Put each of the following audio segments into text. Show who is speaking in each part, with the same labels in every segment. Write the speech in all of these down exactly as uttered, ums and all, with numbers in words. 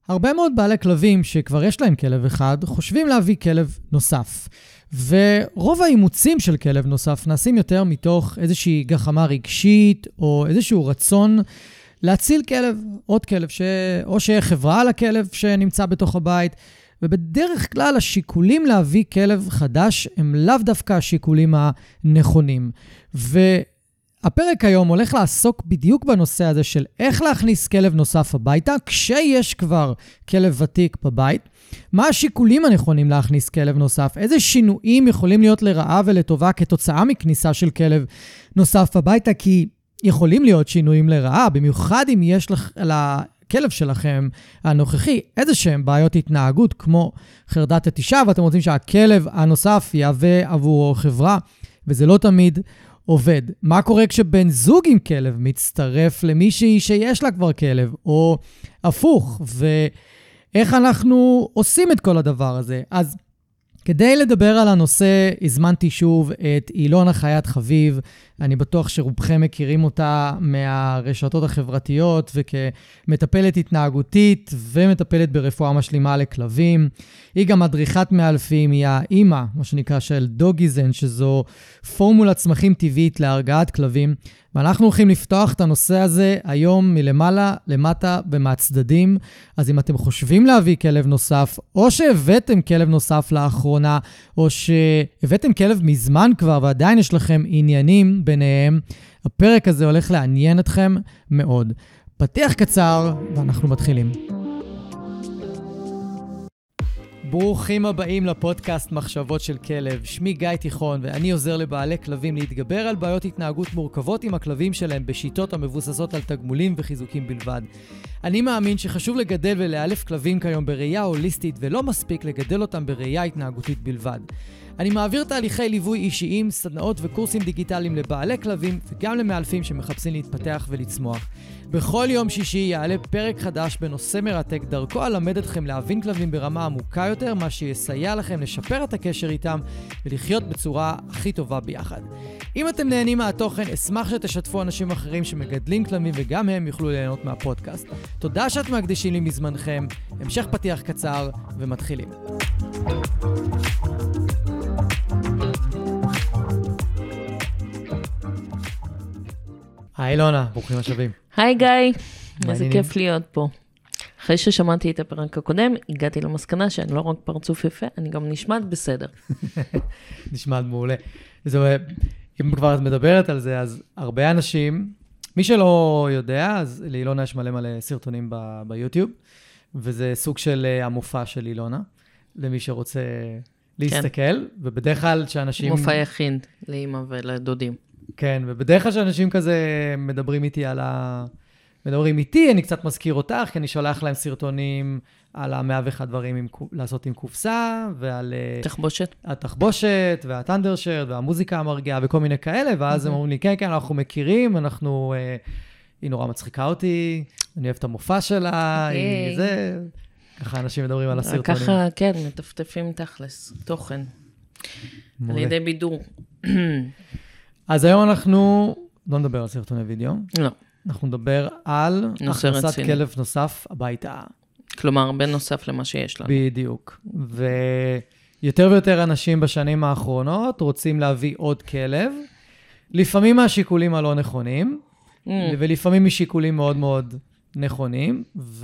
Speaker 1: הרבה מאוד בעלי כלבים שכבר יש להם כלב אחד, חושבים להביא כלב נוסף. ורוב האימוצים של כלב נוסף נעשים יותר מתוך איזושהי גחמה רגשית, או איזשהו רצון להציל כלב, עוד כלב, ש... או שיהיה חברה על הכלב שנמצא בתוך הבית, ובדרך כלל השיקולים להביא כלב חדש הם לאו דווקא השיקולים הנכונים. והפרק היום הולך לעסוק בדיוק בנושא הזה של איך להכניס כלב נוסף הביתה, כשיש כבר כלב ותיק בבית, מה השיקולים הנכונים להכניס כלב נוסף, איזה שינויים יכולים להיות לרעה ולטובה כתוצאה מכניסה של כלב נוסף הביתה, כי יכולים להיות שינויים לרעה, במיוחד אם יש לך, לכלב שלכם הנוכחי איזה שהם בעיות התנהגות, כמו חרדת התישה, ואתם רוצים שהכלב הנוסף יהווה עבור חברה, וזה לא תמיד עובד. מה קורה כשבן זוג עם כלב מצטרף למישהי שיש לה כבר כלב, או הפוך, ואיך אנחנו עושים את כל הדבר הזה? אז כדי לדבר על הנושא, הזמנתי שוב את אילונה חיית חביב. אני בטוח שרובכם מכירים אותה מהרשתות החברתיות, וכמטפלת התנהגותית ומטפלת ברפואה משלימה לכלבים. היא גם מדריכת מאלפים, היא האימא, מה שנקרא של דוגיזן, שזו פורמולה צמחים טבעית להרגעת כלבים. ואנחנו הולכים לפתוח את הנושא הזה היום מלמעלה, למטה ומהצדדים. אז אם אתם חושבים להביא כלב נוסף, או שהבאתם כלב נוסף לאחרונה, או שהבאתם כלב מזמן כבר ועדיין יש לכם עניינים ביניהם, הפרק הזה הולך לעניין אתכם מאוד. פתיח קצר ואנחנו מתחילים. ברוכים הבאים לפודקאסט מחשבות של כלב. שמי גיא תיכון, ואני עוזר לבעלי כלבים להתגבר על בעיות התנהגות מורכבות עם הכלבים שלהם בשיטות המבוססות על תגמולים וחיזוקים בלבד. אני מאמין שחשוב לגדל ולאלף כלבים כיום בראייה הוליסטית, ולא מספיק לגדל אותם בראייה התנהגותית בלבד. אני מעביר תהליכי ליווי אישיים, סדנאות וקורסים דיגיטליים לבעלי כלבים וגם למאלפים שמחפשים להתפתח ולצמוח. בכל יום שישי יעלה פרק חדש בנושא מרתק, דרכו אלמד אתכם להבין כלבים ברמה עמוקה יותר, מה שיסייע לכם לשפר את הקשר איתם ולחיות בצורה הכי טובה ביחד. אם אתם נהנים מהתוכן, אשמח שתשתפו אנשים אחרים שמגדלים כלבים וגם הם יוכלו ליהנות מהפודקאסט. תודה שאתם מקדישים לי מזמנכם. המשך פתיח קצר ומתחילים. היי אילונה, ברוכים השבים.
Speaker 2: היי גיא, איזה כיף להיות פה. אחרי ששמעתי את הפרק הקודם, הגעתי למסקנה שאני לא רק פרצוף יפה, אני גם נשמעת בסדר.
Speaker 1: נשמעת מעולה. אם כבר את מדברת על זה, אז הרבה אנשים, מי שלא יודע, אז לאילונה יש מלא מלא סרטונים ב- ביוטיוב, וזה סוג של המופע של אילונה, למי שרוצה להסתכל, כן. ובדרך כלל שאנשים...
Speaker 2: מופע יכין לאמא ולדודים.
Speaker 1: כן, ובדרך כלל שאנשים כזה מדברים איתי על ה... מדברים איתי, אני קצת מזכיר אותך, כי אני שולח להם סרטונים על ה-מאה ואחד דברים עם, לעשות עם קופסה, ועל...
Speaker 2: תחבושת.
Speaker 1: התחבושת, והטנדרשרט, והמוזיקה המרגיעה, וכל מיני כאלה, ואז הם אומרים לי, כן, כן, אנחנו מכירים, אנחנו... אה, היא נורא מצחיקה אותי, אני אוהב את המופע שלה, היא זה... ככה אנשים מדברים על הסרטונים.
Speaker 2: ככה, כן, מטפטפים תכלס, תוכן. על ידי בידור.
Speaker 1: אז היום אנחנו לא נדבר על סרטוני וידאו.
Speaker 2: לא.
Speaker 1: אנחנו נדבר על הכנסת כלב נוסף הביתה.
Speaker 2: כלומר, הרבה נוסף למה שיש לנו.
Speaker 1: בדיוק. ויותר ויותר אנשים בשנים האחרונות רוצים להביא עוד כלב, לפעמים מהשיקולים הלא נכונים, mm. ולפעמים משיקולים מאוד מאוד נכונים,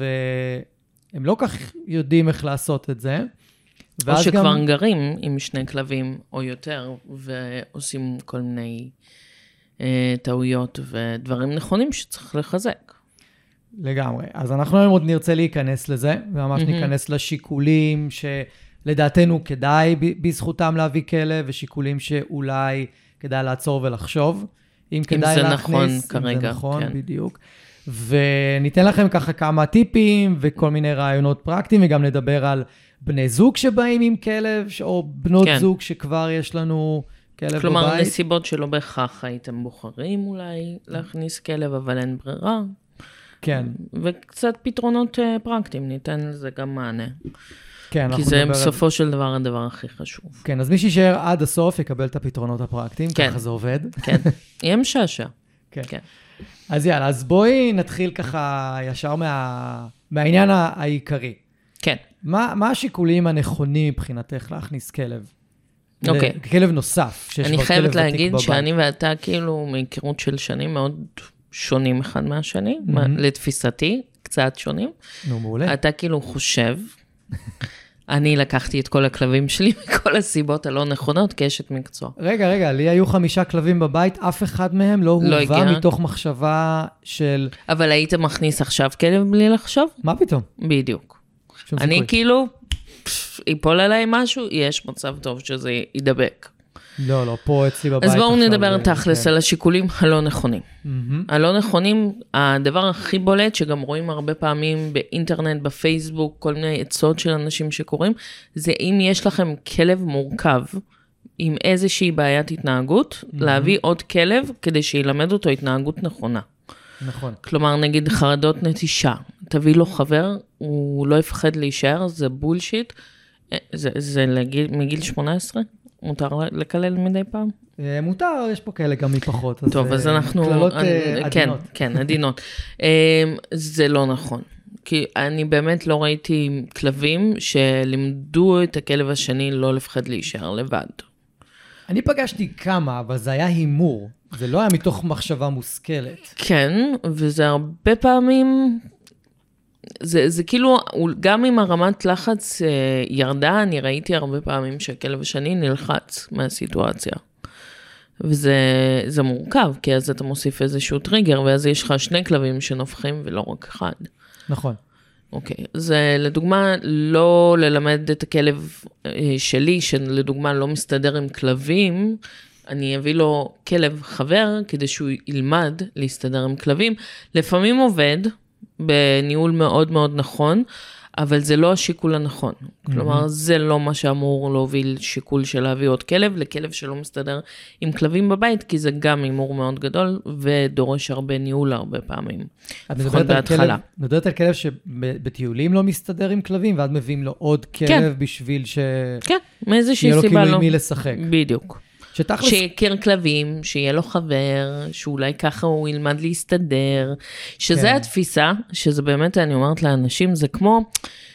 Speaker 1: והם לא כך יודעים איך לעשות את זה.
Speaker 2: או שכבר גם... גרים עם שני כלבים או יותר, ועושים כל מיני אה, טעויות ודברים נכונים שצריך לחזק.
Speaker 1: לגמרי. אז אנחנו היום עוד נרצה להיכנס לזה, וממש mm-hmm. ניכנס לשיקולים שלדעתנו כדאי בזכותם להביא כלב, ושיקולים שאולי כדאי לעצור ולחשוב. אם כדאי להכניס,
Speaker 2: נכון כרגע,
Speaker 1: אם זה נכון,
Speaker 2: כן.
Speaker 1: בדיוק. וניתן לכם ככה כמה טיפים וכל מיני רעיונות פרקטיים, וגם נדבר על בני זוג שבאים עם כלב, או בנות כן. זוג שכבר יש לנו כלב בבית.
Speaker 2: כלומר, נסיבות שלא בהכרח הייתם בוחרים אולי להכניס כלב, אבל אין ברירה.
Speaker 1: כן.
Speaker 2: וקצת פתרונות פרקטיים, ניתן לזה גם מענה.
Speaker 1: כן,
Speaker 2: כי זה בסופו של דבר הדבר הכי חשוב.
Speaker 1: כן, אז מי שישאר עד הסוף יקבל את הפתרונות הפרקטיים,
Speaker 2: כן.
Speaker 1: ככה זה עובד.
Speaker 2: כן, יהיה משעשע.
Speaker 1: כן. כן. אז יאללה, אז בואי נתחיל ככה ישר מה... מהעניין העיקרי.
Speaker 2: כן.
Speaker 1: מה, מה השיקולים הנכונים מבחינתך להכניס כלב?
Speaker 2: אוקיי.
Speaker 1: כלב נוסף.
Speaker 2: אני חייבת להגיד שאני ואתה כאילו מהיכרות של שנים מאוד שונים אחד מהשני, לתפיסתי, קצת שונים.
Speaker 1: נו, מעולה.
Speaker 2: אתה כאילו חושב, אני לקחתי את כל הכלבים שלי מכל הסיבות הלא נכונות כאשת מקצוע.
Speaker 1: רגע, רגע, לי היו חמישה כלבים בבית, אף אחד מהם לא הובא מתוך מחשבה של...
Speaker 2: אבל היית מכניס עכשיו כלב בלי לחשוב?
Speaker 1: מה פתאום?
Speaker 2: בדיוק. אני כאילו, ייפול עליי משהו, יש מצב טוב שזה ידבק.
Speaker 1: לא, לא, פה אצלי בבית.
Speaker 2: אז בואו נדבר תכלס על השיקולים הלא נכונים. הלא נכונים, הדבר הכי בולט, שגם רואים הרבה פעמים באינטרנט, בפייסבוק, כל מיני עצות של אנשים שקוראים, זה אם יש לכם כלב מורכב, עם איזושהי בעיית התנהגות, להביא עוד כלב, כדי שילמד אותו התנהגות נכונה.
Speaker 1: נכון.
Speaker 2: כלומר, נגיד חרדות נטישה, תביא לו חבר, הוא לא יפחד להישאר, זה בולשיט, זה, זה לגיל, מגיל שמונה עשרה? מותר לקלל מדי פעם?
Speaker 1: מותר, יש פה כאלה גם מפחות.
Speaker 2: טוב, אז אנחנו...
Speaker 1: כללות עדינות.
Speaker 2: כן, כן, עדינות. זה לא נכון. כי אני באמת לא ראיתי כלבים שלימדו את הכלב השני לא לפחד להישאר לבד.
Speaker 1: אני פגשתי כמה, אבל זה היה הימור. זה לא היה מתוך מחשבה מושכלת.
Speaker 2: כן, וזה הרבה פעמים... זה, זה כאילו, גם אם הרמת לחץ ירדה, אני ראיתי הרבה פעמים שהכלב השני נלחץ מהסיטואציה. וזה זה מורכב, כי אז אתה מוסיף איזשהו טריגר, ואז יש לך שני כלבים שנופחים ולא רק אחד.
Speaker 1: נכון.
Speaker 2: אוקיי, אז לדוגמה, לא ללמד את הכלב שלי, שלדוגמה לא מסתדר עם כלבים, אני אביא לו כלב חבר, כדי שהוא ילמד להסתדר עם כלבים. לפעמים עובד, בניהול מאוד מאוד נכון, אבל זה לא השיקול הנכון. כלומר, זה לא מה שאמור להוביל שיקול של להביא עוד כלב, לכלב שלא מסתדר עם כלבים בבית, כי זה גם הימור מאוד גדול, ודורש הרבה ניהול הרבה פעמים.
Speaker 1: את מדברת על כלב שבטיולים לא מסתדר עם כלבים, ואת מביאים לו עוד כלב בשביל ש...
Speaker 2: כן, מאיזושהי סיבה לא.
Speaker 1: שיהיה לו כאילו עם מי לשחק.
Speaker 2: בדיוק.
Speaker 1: שתכלס...
Speaker 2: שיכיר כלבים, שיהיה לו חבר, שאולי ככה הוא ילמד להסתדר, שזה כן. התפיסה, שזה באמת, אני אומרת לאנשים, זה כמו,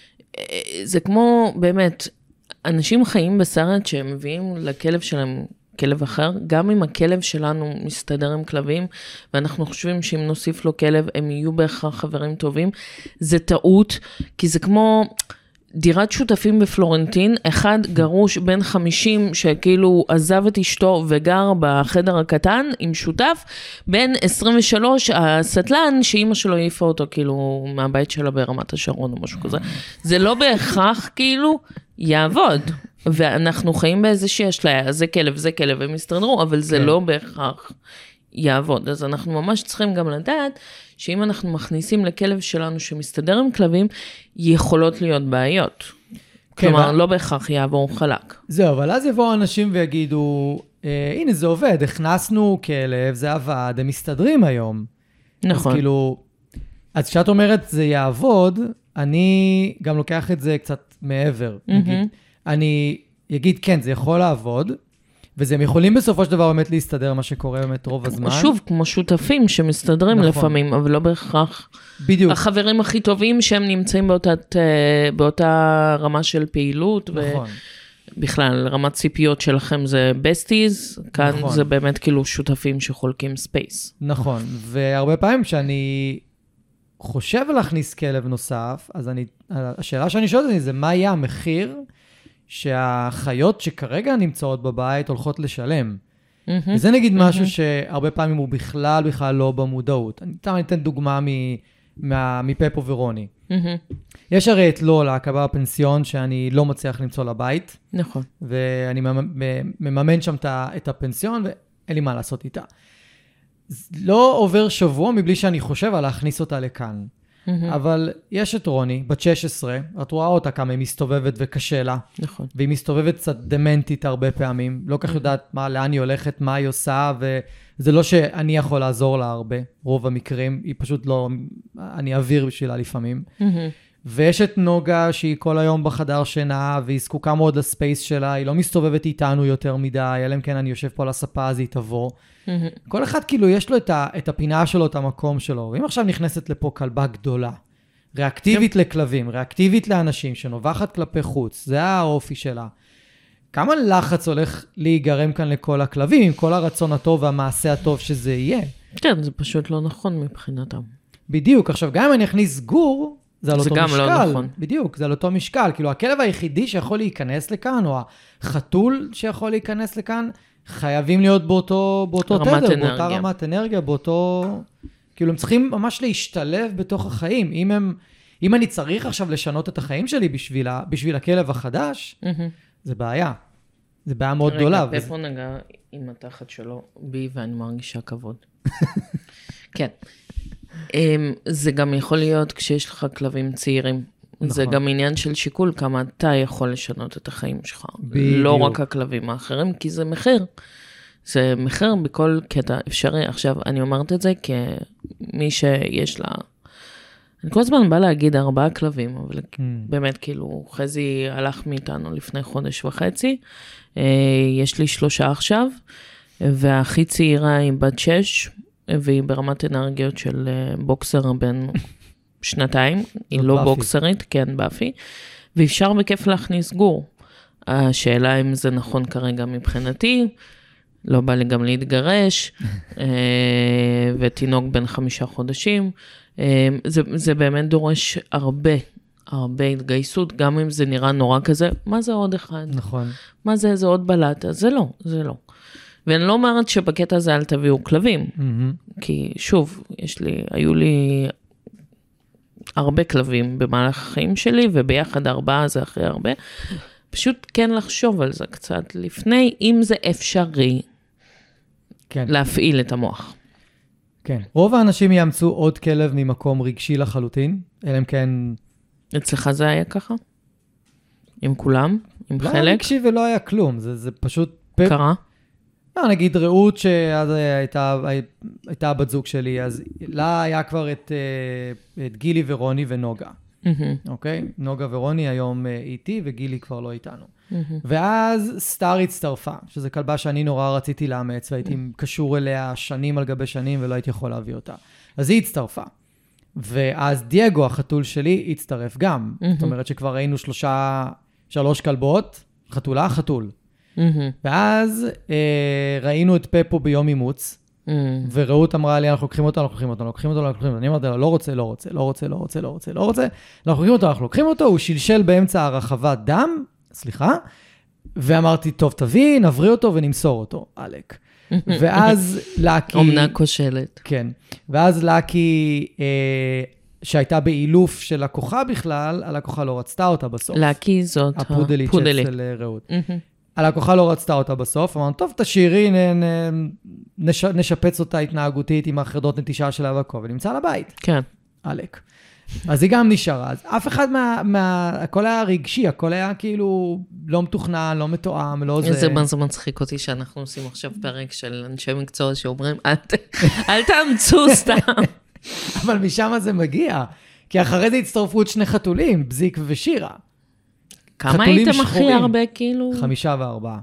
Speaker 2: זה כמו באמת, אנשים חיים בסרט שהם מביאים לכלב שלהם כלב אחר, גם אם הכלב שלנו מסתדר עם כלבים, ואנחנו חושבים שאם נוסיף לו כלב, הם יהיו בהכרח חברים טובים, זה טעות, כי זה כמו... דירת שותפים בפלורנטין, אחד גרוש בן חמישים שכאילו עזב את אשתו וגר בחדר הקטן עם שותף, בן עשרים ושלוש הסטלן שאימא שלו העיפה אותו כאילו מהבית שלה ברמת השרון או משהו כזה. זה לא בהכרח כאילו יעבוד, ואנחנו חיים באיזושהי אשליה, זה כלב, זה כלב, הם יסתדרו, אבל זה לא בהכרח יעבוד. אז אנחנו ממש צריכים גם לדעת שאם אנחנו מכניסים לכלב שלנו שמסתדר עם כלבים, יכולות להיות בעיות. כלומר, לא בהכרח יעבור חלק.
Speaker 1: זהו, אבל אז יבואו אנשים ויגידו, הנה זה עובד, הכנסנו כלב, זה עבד, הם מסתדרים היום.
Speaker 2: נכון.
Speaker 1: אז כאילו, אז כשאת אומרת זה יעבוד, אני גם לוקח את זה קצת מעבר. נגיד, אני אגיד, כן, זה יכול לעבוד, וזה הם יכולים בסופו של דבר באמת להסתדר מה שקורה באמת רוב הזמן.
Speaker 2: שוב, כמו שותפים שמסתדרים נכון. לפעמים, אבל לא בהכרח.
Speaker 1: בדיוק.
Speaker 2: החברים הכי טובים שהם נמצאים באותה, באותה רמה של פעילות.
Speaker 1: נכון.
Speaker 2: ובכלל, רמת ציפיות שלכם זה בסטיז, כאן נכון. זה באמת כאילו שותפים שחולקים ספייס.
Speaker 1: נכון, והרבה פעמים שאני חושב להכניס כלב נוסף, אז אני, השאלה שאני שואלת אני זה, מה יהיה המחיר שהחיות שכרגע נמצאות בבית הולכות לשלם. Mm-hmm. וזה נגיד mm-hmm. משהו שהרבה פעמים הוא בכלל, בכלל לא במודעות. אני אתן, אני אתן דוגמה מפפו ורוני. Mm-hmm. יש הרי את לולה, הקב"א הפנסיון, שאני לא מצליח למצוא לבית.
Speaker 2: נכון.
Speaker 1: ואני מממן שם את הפנסיון, ואין לי מה לעשות איתה. לא עובר שבוע מבלי שאני חושב על להכניס אותה לכאן. אבל יש את רוני, בת שש עשרה, את רואה אותה כמה היא מסתובבת וקשה לה.
Speaker 2: נכון.
Speaker 1: והיא מסתובבת קצת דמנטית הרבה פעמים, לא כך יודעת מה, לאן היא הולכת, מה היא עושה, וזה לא שאני יכול לעזור לה הרבה, רוב המקרים, היא פשוט לא, אני אוויר בשבילה לפעמים. ויש את נוגה שהיא כל היום בחדר שינה, והיא זקוקה מאוד לספייס שלה, היא לא מסתובבת איתנו יותר מדי, אלא אם כן אני יושב פה על הספה, אז היא תבוא. כל אחד כאילו יש לו את, ה, את הפינה שלו, את המקום שלו, ואם עכשיו נכנסת לפה כלבה גדולה, ריאקטיבית לכלבים, ריאקטיבית לאנשים, שנובחת כלפי חוץ, זה האופי שלה. כמה לחץ הולך להיגרם כאן לכל הכלבים, עם כל הרצון הטוב והמעשה הטוב שזה יהיה?
Speaker 2: כן, זה פשוט לא נכון מבחינתם.
Speaker 1: בדיוק, עכשיו גם אם אני אכניס גור, זה על אותו משקל. זה גם לא נכון. בדיוק, זה על אותו משקל. כאילו, הכלב היחידי שיכול להיכנס לכאן, או החתול שיכול להיכנס לכאן, חייבים להיות באותו, באותו תדר, אנרגיה. באותה רמת אנרגיה, באותו... כאילו, הם צריכים ממש להשתלב בתוך החיים. אם הם... אם אני צריך עכשיו לשנות את החיים שלי בשביל, ה... בשביל הכלב החדש, mm-hmm. זה בעיה. זה בעיה מאוד
Speaker 2: רגע,
Speaker 1: גדולה.
Speaker 2: רגע, פפו וזה... נגע עם התחת שלו בי, ואני מרגישה כבוד. כן. זה גם יכול להיות כשיש לך כלבים צעירים. נכון. זה גם עניין של שיקול, כמה אתה יכול לשנות את החיים שלך. בדיוק. לא רק הכלבים האחרים, כי זה מחיר. זה מחיר בכל קטע אפשרי. עכשיו, אני אומרת את זה כמי שיש לה... אני כל הזמן בא להגיד ארבעה כלבים, אבל mm. באמת, כאילו, חזי הלך מאיתנו לפני חודש וחצי. יש לי שלושה עכשיו, והכי צעירה היא בת שש, והיא ברמת אנרגיות של בוקסר בין שנתיים, היא לא בוקסרית, כן, באפי, ואפשר בכיף להכניס גור. השאלה אם זה נכון כרגע מבחינתי, לא בא לי גם להתגרש, ותינוק בין חמישה חודשים, זה, זה באמת דורש הרבה, הרבה התגייסות, גם אם זה נראה נורא כזה, מה זה עוד אחד?
Speaker 1: נכון.
Speaker 2: מה זה, זה עוד בלטה? זה לא, זה לא. ואני לא אומרת שבקטע הזה אל תביאו כלבים, mm-hmm. כי שוב, יש לי, היו לי הרבה כלבים במהלך החיים שלי, וביחד ארבעה זה הכי הרבה. פשוט כן לחשוב על זה קצת לפני, אם זה אפשרי כן. להפעיל את המוח.
Speaker 1: כן. רוב האנשים יאמצו עוד כלב ממקום רגשי לחלוטין, אלא אם כן...
Speaker 2: אצלך זה היה ככה? עם כולם? עם
Speaker 1: לא
Speaker 2: חלק?
Speaker 1: לא היה רגשי ולא היה כלום, זה, זה פשוט...
Speaker 2: קרה?
Speaker 1: לא, נגיד רעות שאז הייתה, הייתה הבת זוג שלי, אז לה היה כבר את, את גילי ורוני ונוגה. Mm-hmm. אוקיי? נוגה ורוני היום איתי, וגילי כבר לא איתנו. Mm-hmm. ואז סטאר הצטרפה, שזו כלבה שאני נורא רציתי לאמץ, והייתי mm-hmm. קשור אליה שנים על גבי שנים, ולא הייתי יכול להביא אותה. אז היא הצטרפה. ואז דייגו, החתול שלי, הצטרף גם. Mm-hmm. זאת אומרת שכבר ראינו שלושה, שלוש כלבות, חתולה, חתול. Mm-hmm. ואז אה, ראינו את פפו ביום אימוץ, mm. ורעות אמרה לי, אנחנו לוקחים אותו, אנחנו לוקחים אותו, אנחנו לוקחים אותו, אנחנו לוקחים אותו. אני אמרתי לה, לא רוצה, לא רוצה, לא רוצה, לא רוצה, לא רוצה, לא רוצה. אנחנו לוקחים אותו, אנחנו לוקחים אותו, הוא שלשל באמצע הרחבת דם, סליחה, ואמרתי, טוב, תביא, נבריא אותו ונמסור אותו, אלק. ואז לקי...
Speaker 2: אומנה כושלת.
Speaker 1: כן. ואז לקי, אה, שהייתה באילוף של לקוחה בכלל, הלקוחה לא רצתה אותה בסוף.
Speaker 2: לקי זאת
Speaker 1: הפודלית של רעות. הלקוחה לא רצתה אותה בסוף, אמרנו, טוב, תשאירי, נש, נשפץ אותה התנהגותית עם החרדות נטישה שלה והכל, ונמצא לבית.
Speaker 2: כן.
Speaker 1: אלק. אז היא גם נשארה. אז אף אחד מה, מה, הכל היה רגשי, הכל היה כאילו לא מתוכנן, לא מתואם, לא זה.
Speaker 2: איזה מה זה מצחיק אותי שאנחנו עושים עכשיו פרק של אנשי מקצוע שאומרים, אל, אל תאמצו סתם.
Speaker 1: אבל משם זה מגיע, כי אחרי זה הצטרפו את שני חתולים, בזיק ושירה.
Speaker 2: כמה הייתם הכי הרבה, כאילו?
Speaker 1: חמישה וארבעה.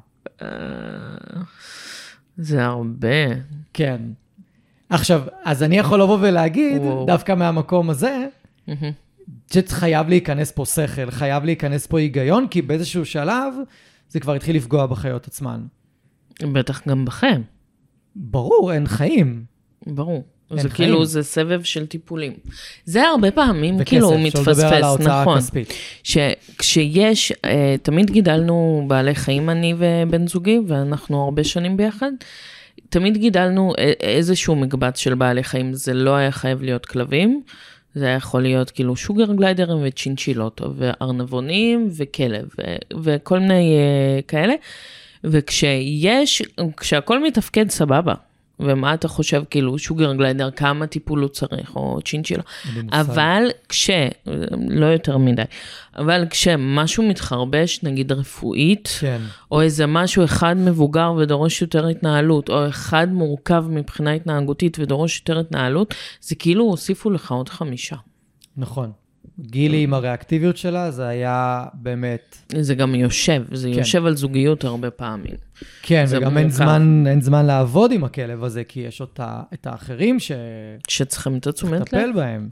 Speaker 2: זה הרבה.
Speaker 1: כן. עכשיו, אז אני יכול לבוא ולהגיד, דווקא מהמקום הזה, שחייב להיכנס פה שכל, חייב להיכנס פה היגיון, כי באיזשהו שלב, זה כבר התחיל לפגוע בחיות עצמן.
Speaker 2: בטח גם בכם.
Speaker 1: ברור, אין חיים.
Speaker 2: ברור. זה כאילו, זה סבב של טיפולים. זה הרבה פעמים, כאילו, הוא מתפספס, נכון. שכשיש, תמיד גידלנו בעלי חיים, אני ובן זוגי, ואנחנו הרבה שנים ביחד, תמיד גידלנו איזשהו מקבץ של בעלי חיים, זה לא היה חייב להיות כלבים, זה היה יכול להיות כאילו שוגר גליידרים וצ'ינצ'ילות, וארנבונים וכלב, וכל מיני כאלה, וכשיש, כשהכל מתפקד סבבה, ומה אתה חושב, כאילו, שוגר גליידר, כמה טיפול הוא צריך, או צ'ינצ'ילה. אבל כש, לא יותר מדי, אבל כשמשהו מתחרבש, נגיד רפואית, כן. או איזה משהו אחד מבוגר ודורש יותר התנהלות, או אחד מורכב מבחינה התנהגותית ודורש יותר התנהלות, זה כאילו הוסיפו לך עוד חמישה.
Speaker 1: נכון. גילי עם הריאקטיביות שלה, זה היה באמת...
Speaker 2: זה גם יושב, זה כן. יושב על זוגיות הרבה פעמים.
Speaker 1: כן, וגם אין זמן, אין זמן לעבוד עם הכלב הזה, כי יש אותה, את האחרים ש...
Speaker 2: שצריכים את התשומת לב.
Speaker 1: לטפל בהם.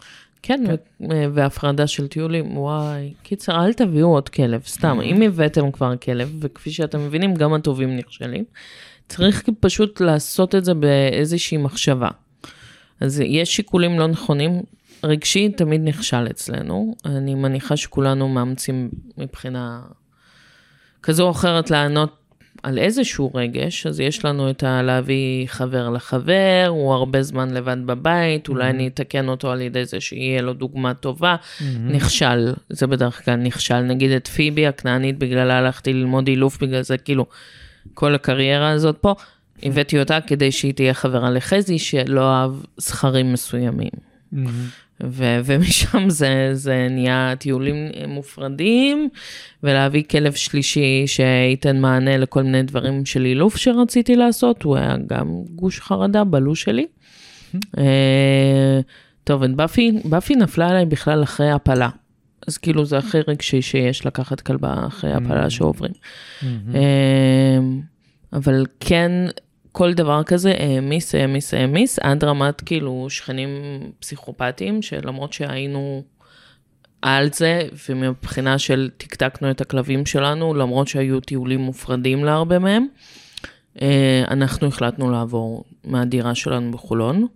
Speaker 2: כן, והפרדה של טיולים, וואי, קיצר, אל תביאו עוד כלב, סתם, אם הבאתם כבר כלב, וכפי שאתם מבינים, גם הטובים נכשלים, צריך פשוט לעשות את זה באיזושהי מחשבה. אז יש שיקולים לא נכונים, רגשי תמיד נכשל אצלנו, אני מניחה שכולנו מאמצים מבחינה כזו או אחרת לענות על איזשהו רגש, אז יש לנו את להביא חבר לחבר, הוא הרבה זמן לבד בבית, אולי אני אתקן אותו על ידי זה שיהיה לו דוגמה טובה, נכשל, זה בדרך כלל נכשל, נגיד את פיבי הכנענית, בגלל הלכתי ללמוד אילוף, בגלל זה כאילו כל הקריירה הזאת פה, הבאתי אותה כדי שהיא תהיה חברה לחזי, שלא אהב זכרים מסוימים. ו- ומשם זה, זה נהיה טיולים מופרדים, ולהביא כלב שלישי שייתן מענה לכל מיני דברים של אילוף שרציתי לעשות, הוא היה גם גוש חרדה בלו שלי. טוב, את באפי, באפי נפלה עליי בכלל אחרי הפלה, אז כאילו זה הכי רגשי שיש לקחת כלבה אחרי הפלה שעוברים. אבל כן, כל דבר כזה, העמיס, העמיס, העמיס, עד רמת כאילו שכנים פסיכופטיים, שלמרות שהיינו על זה, ומבחינה של תקתקנו את הכלבים שלנו, למרות שהיו טיולים מופרדים להרבה מהם, אנחנו החלטנו לעבור מהדירה שלנו בחולון,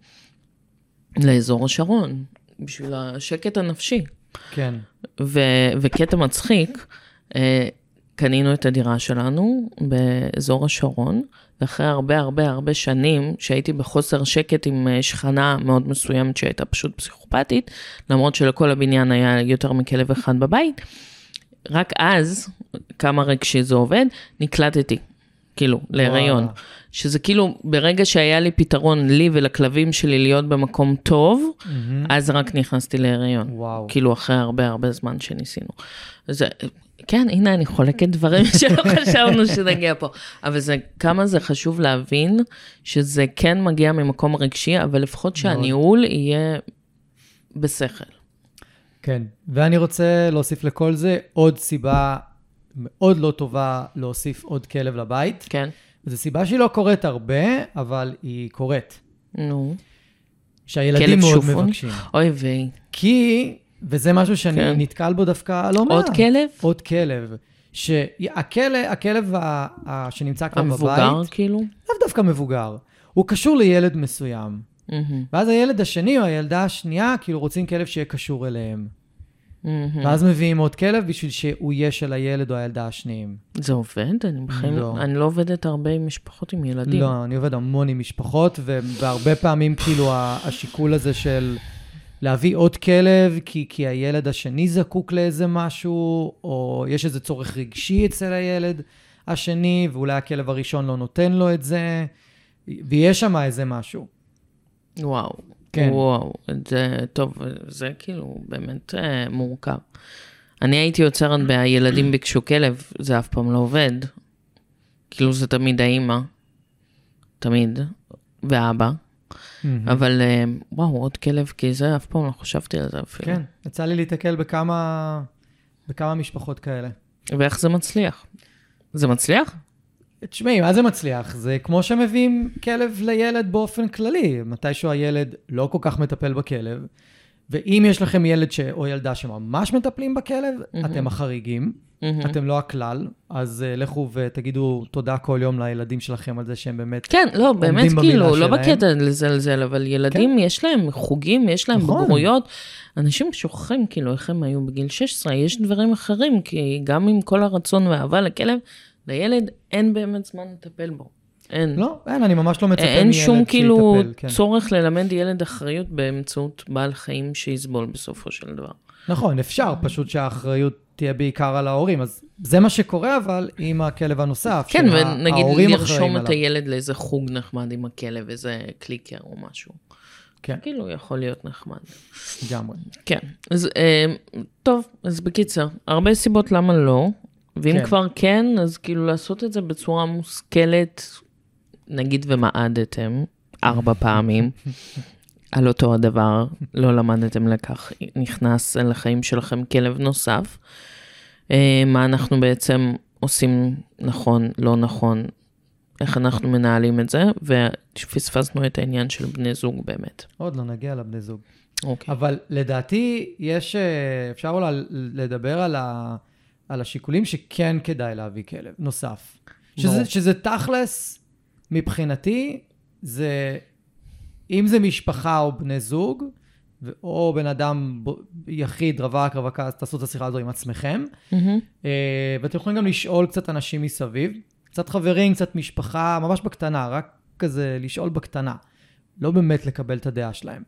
Speaker 2: לאזור השרון, בשביל השקט הנפשי.
Speaker 1: כן.
Speaker 2: ו- וקטע מצחיק, קנינו את הדירה שלנו באזור השרון, ואחרי הרבה הרבה הרבה שנים, שהייתי בחוסר שקט עם שכנה מאוד מסוימת, שהייתה פשוט פסיכופתית, למרות שלכל הבניין היה יותר מכלב אחד בבית, רק אז, כמה רגשי זה עובד, נקלטתי, כאילו, להיריון. וואו. שזה כאילו, ברגע שהיה לי פתרון לי ולכלבים שלי להיות במקום טוב, mm-hmm. אז רק נכנסתי להיריון. וואו. כאילו, אחרי הרבה הרבה זמן שניסינו. אז כן, הנה, אני חולקת דברים שלא חשבנו שנגיע פה. אבל זה, כמה זה חשוב להבין, שזה כן מגיע ממקום רגשי, אבל לפחות שהניהול יהיה בשכל.
Speaker 1: כן, ואני רוצה להוסיף לכל זה עוד סיבה מאוד לא טובה להוסיף עוד כלב לבית.
Speaker 2: כן.
Speaker 1: וזו סיבה שהיא לא קורית הרבה, אבל היא קורית.
Speaker 2: נו.
Speaker 1: שהילדים מאוד מבקשים.
Speaker 2: אוי ויי.
Speaker 1: כי, וזה משהו שאני כן. נתקל בו דווקא לא מעט.
Speaker 2: עוד כלב?
Speaker 1: עוד כלב. שהכלב, הכלב שנמצא כבר
Speaker 2: המבוגר,
Speaker 1: בבית,
Speaker 2: המבוגר כאילו?
Speaker 1: לאו דווקא מבוגר. הוא קשור לילד מסוים. Mm-hmm. ואז הילד השני או הילדה השנייה, כאילו רוצים כלב שיהיה קשור אליהם. Mm-hmm. ואז מביאים עוד כלב בשביל שהוא יהיה של הילד או הילדה השניים.
Speaker 2: זה עובד? אני בחיים, לא. אני לא עובדת הרבה עם משפחות עם ילדים.
Speaker 1: לא, אני עובד המון עם משפחות, והרבה פעמים כאילו השיקול הזה של להביא עוד כלב, כי, כי הילד השני זקוק לאיזה משהו, או יש איזה צורך רגשי אצל הילד השני, ואולי הכלב הראשון לא נותן לו את זה, ויש שם איזה משהו.
Speaker 2: וואו. כן. וואו, זה טוב, זה כאילו באמת אה, מורכב. אני הייתי יוצרת בילדים ביקשו כלב, זה אף פעם לא עובד. כאילו זה תמיד האמא, תמיד, ואבא. Mm-hmm. אבל אה, וואו, עוד כלב, כי זה אף פעם לא חשבתי על זה אפילו.
Speaker 1: כן, יצא לי להתקל בכמה, בכמה משפחות כאלה.
Speaker 2: ואיך זה מצליח? זה מצליח?
Speaker 1: תשמעי, מה זה מצליח? זה כמו שמביאים כלב לילד באופן כללי. מתישהו הילד לא כל כך מטפל בכלב, ואם יש לכם ילד ש... או ילדה שממש מטפלים בכלב, mm-hmm. אתם החריגים, mm-hmm. אתם לא הכלל, אז uh, לכו ותגידו תודה כל יום לילדים שלכם על זה שהם באמת
Speaker 2: כן, לא, באמת כאילו, לא בקטע לזלזל, אבל ילדים כן. יש להם חוגים, יש להם נכון. בגרויות, אנשים שוכחים כאילו איך הם היו בגיל שש עשרה, יש דברים אחרים, כי גם עם כל הרצון והאהבה לכלב, לילד אין באמת זמן לטפל בו. אין.
Speaker 1: לא, אין, אני ממש לא מצפה מילד
Speaker 2: שיטפל. אין שום כאילו כן. צורך ללמד ילד אחריות באמצעות בעל חיים שיסבול בסופו של דבר.
Speaker 1: נכון, אפשר פשוט שהאחריות תהיה בעיקר על ההורים, אז זה מה שקורה אבל עם הכלב הנוסף.
Speaker 2: כן, ונגיד לרשום את הילד לאיזה חוג נחמד עם הכלב, איזה קליקר או משהו. כן. כאילו יכול להיות נחמד.
Speaker 1: גמרי.
Speaker 2: כן, אז טוב, אז בקיצר, הרבה סיבות למה לא, ואם כן. כבר כן, אז כאילו לעשות את זה בצורה מושכלת, נגיד ומעדתם ארבע פעמים, על אותו הדבר, לא למדתם לכך, נכנס לחיים שלכם כלב נוסף, מה אנחנו בעצם עושים נכון, לא נכון, איך אנחנו מנהלים את זה, ופספסנו את העניין של בני זוג באמת.
Speaker 1: עוד לא נגיע לבני זוג.
Speaker 2: אוקיי.
Speaker 1: אבל לדעתי יש, אפשר אולי לדבר על, ה, על השיקולים שכן כדאי להביא כלב נוסף. שזה, שזה תכלס, מבחינתי, זה, אם זה משפחה או בני זוג, או בן אדם יחיד, רווק, רווקה, אז תעשו את השיחה הזו עם עצמכם. Mm-hmm. ואתם יכולים גם לשאול קצת אנשים מסביב, קצת חברים, קצת משפחה, ממש בקטנה, רק כזה לשאול בקטנה. לא באמת לקבל את הדעה שלהם.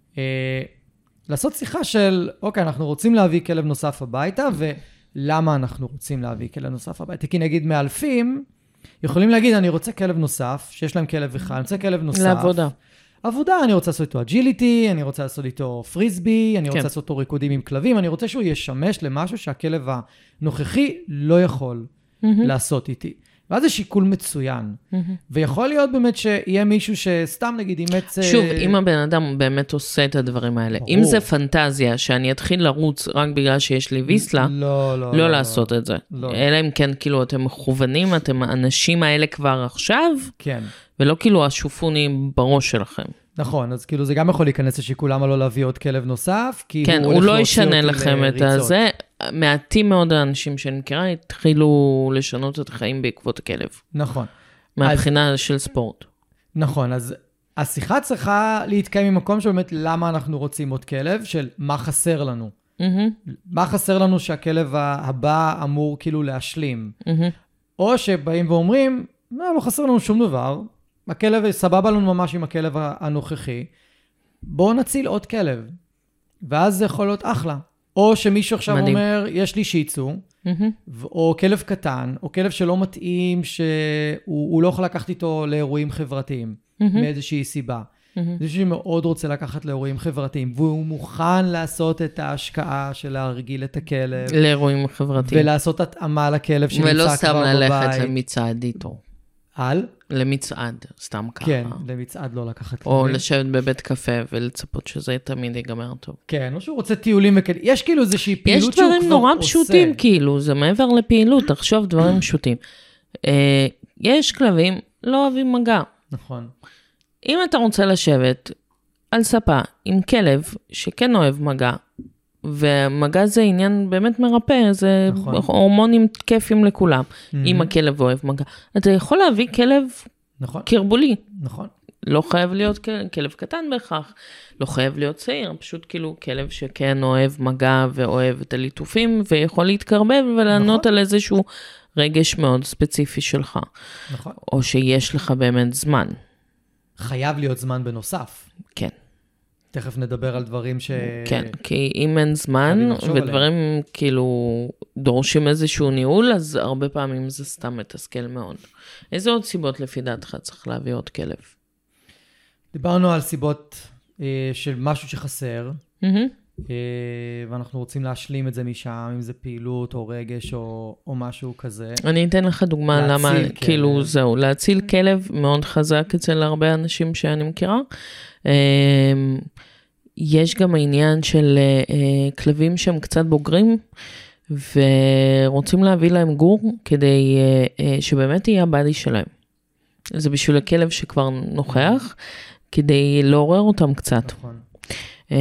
Speaker 1: לעשות שיחה של, אוקיי, אנחנו רוצים להביא כלב נוסף הביתה, ולמה אנחנו רוצים להביא כלב נוסף הביתה? כי נגיד מאלפים, יכולים להגיד, אני רוצה כלב נוסף, שיש להם כלב אחד, אני רוצה כלב נוסף.
Speaker 2: לעבודה.
Speaker 1: עבודה, אני רוצה לעשות איתו אג'יליטי, אני רוצה לעשות איתו פריסבי, אני רוצה
Speaker 2: כן.
Speaker 1: לעשות איתו ריקודים עם כלבים, אני רוצה שהוא ישמש למשהו שהכלב הנוכחי לא יכול mm-hmm. לעשות איתי. ואז זה שיקול מצוין. Mm-hmm. ויכול להיות באמת שיהיה מישהו שסתם נגיד אימץ...
Speaker 2: שוב, אם הבן אדם באמת עושה את הדברים האלה, ברור. אם זה פנטזיה שאני אתחיל לרוץ רק בגלל שיש לי ויסלה,
Speaker 1: לא, לא,
Speaker 2: לא,
Speaker 1: לא
Speaker 2: לעשות
Speaker 1: לא.
Speaker 2: את זה.
Speaker 1: לא.
Speaker 2: אלא אם כן, כאילו, אתם מכוונים, אתם האנשים האלה כבר עכשיו,
Speaker 1: כן.
Speaker 2: ולא כאילו השופונים בראש שלכם.
Speaker 1: נכון, אז כאילו זה גם יכול להיכנס לשיקול למה לא להביא עוד כלב נוסף, כי
Speaker 2: כן,
Speaker 1: הוא,
Speaker 2: הוא לא ישנה לכם את
Speaker 1: ריצות.
Speaker 2: זה. מעטים מאוד האנשים שאני מכירה התחילו לשנות את החיים בעקבות הכלב.
Speaker 1: נכון.
Speaker 2: מהבחינה אז, של ספורט.
Speaker 1: נכון, אז השיחה צריכה להתקיים ממקום שבאמת למה אנחנו רוצים עוד כלב, של מה חסר לנו. Mm-hmm. מה חסר לנו שהכלב הבא אמור כאילו להשלים. Mm-hmm. או שבאים ואומרים, לא, לא חסר לנו שום דבר, הכלב, סבבה לנו ממש עם הכלב הנוכחי, בואו נציל עוד כלב. ואז זה יכול להיות אחלה. או שמישהו עכשיו מדהים. אומר, יש לי שיצו, mm-hmm. או כלב קטן, או כלב שלא מתאים, שהוא לא יכול לקחת איתו לאירועים חברתיים, mm-hmm. מאיזושהי סיבה. Mm-hmm. זה שמאוד רוצה לקחת לאירועים חברתיים, והוא מוכן לעשות את ההשקעה של להרגיל את הכלב.
Speaker 2: לאירועים חברתיים.
Speaker 1: ולעשות התאמה לכלב שנמצא כבר בבית.
Speaker 2: ולא סתם ללכת למצעד איתו.
Speaker 1: על?
Speaker 2: למצעד, סתם ככה.
Speaker 1: כן, למצעד לא לקחת.
Speaker 2: או כלבים. לשבת בבית קפה ולצפות שזה תמיד ייגמר טוב.
Speaker 1: כן, או שהוא רוצה טיולים וכאלה. יש כאילו איזושהי פעילות שהוא כבר עושה.
Speaker 2: יש דברים נורא פשוטים כאילו, זה מעבר לפעילות, תחשוב דברים פשוטים. אה, יש כלבים, לא אוהבים מגע.
Speaker 1: נכון.
Speaker 2: אם אתה רוצה לשבת על ספה עם כלב שכן אוהב מגע, ומגע זה עניין באמת מרפא, זה נכון. הורמונים כיפים לכולם, mm-hmm. אם הכלב אוהב מגע. אתה יכול להביא כלב
Speaker 1: נכון.
Speaker 2: קרבולי.
Speaker 1: נכון. לא
Speaker 2: חייב להיות כלב, כלב קטן בהכרח, לא חייב להיות צעיר, פשוט כאילו כלב שכן אוהב מגע ואוהב את הליטופים, ויכול להתקרבב ולענות נכון. על איזשהו רגש מאוד ספציפי שלך.
Speaker 1: נכון.
Speaker 2: או שיש לך באמת זמן.
Speaker 1: חייב להיות זמן בנוסף.
Speaker 2: כן.
Speaker 1: תכף נדבר על דברים ש...
Speaker 2: כן, כי אם אין זמן, ודברים עליהם. כאילו דורשים איזשהו ניהול, אז הרבה פעמים זה סתם מתסכל מאוד. איזה עוד סיבות לפי דעתך צריך להביא עוד כלב?
Speaker 1: דיברנו על סיבות אה, של משהו שחסר, mm-hmm. אה, ואנחנו רוצים להשלים את זה משם, אם זה פעילות או רגש או, או משהו כזה.
Speaker 2: אני אתן לך דוגמה למה, כלב. כאילו זהו, להציל כלב מאוד חזק אצל הרבה אנשים שאני מכירה. אה, יש גם העניין של אה, כלבים שהם קצת בוגרים, ורוצים להביא להם גור, כדי אה, אה, שבאמת יהיה הבאדי שלהם. זה בשביל הכלב שכבר נוכח, כדי לעורר אותם קצת.
Speaker 1: נכון.
Speaker 2: אה,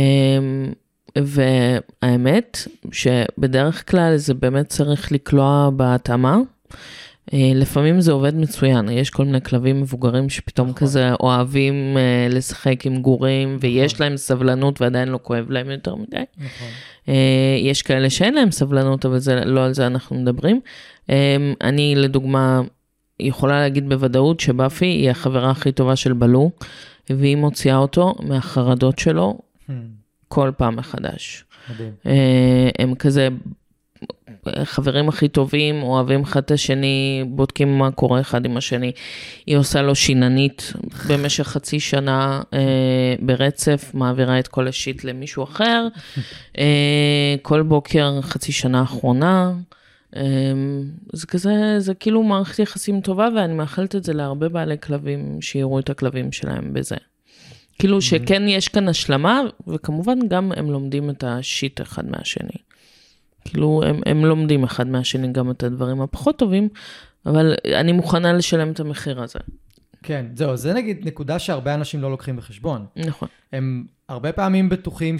Speaker 2: והאמת, שבדרך כלל זה באמת צריך לקלוע בהתאמה, לפעמים זה עובד מצוין, יש כל מיני כלבים מבוגרים שפתאום נכון. כזה אוהבים uh, לשחק עם גורים, נכון. ויש להם סבלנות ועדיין לא כואב להם יותר מדי. נכון. Uh, יש כאלה שאין להם סבלנות, אבל זה, לא על זה אנחנו מדברים. Um, אני לדוגמה יכולה להגיד בוודאות שבאפי היא החברה הכי טובה של בלו, והיא מוציאה אותו מהחרדות שלו hmm. כל פעם מחדש. מדהים. Uh, הם כזה... חברים הכי טובים, אוהבים אחד את השני, בודקים מה קורה אחד עם השני. היא עושה לו שיננית במשך חצי שנה אה, ברצף, מעבירה את כל השיט למישהו אחר. אה, כל בוקר חצי שנה האחרונה. אה, זה כזה, זה כאילו מערכת יחסים טובה, ואני מאחלת את זה להרבה בעלי כלבים, שיראו את הכלבים שלהם בזה. כאילו שכן יש כאן השלמה, וכמובן גם הם לומדים את השיט אחד מהשני. כאילו, הם, הם לומדים אחד מהשני גם את הדברים הפחות טובים, אבל אני מוכנה לשלם את המחיר הזה.
Speaker 1: כן, זהו, זה נגיד נקודה שהרבה אנשים לא לוקחים בחשבון.
Speaker 2: נכון.
Speaker 1: הם, הרבה פעמים בטוחים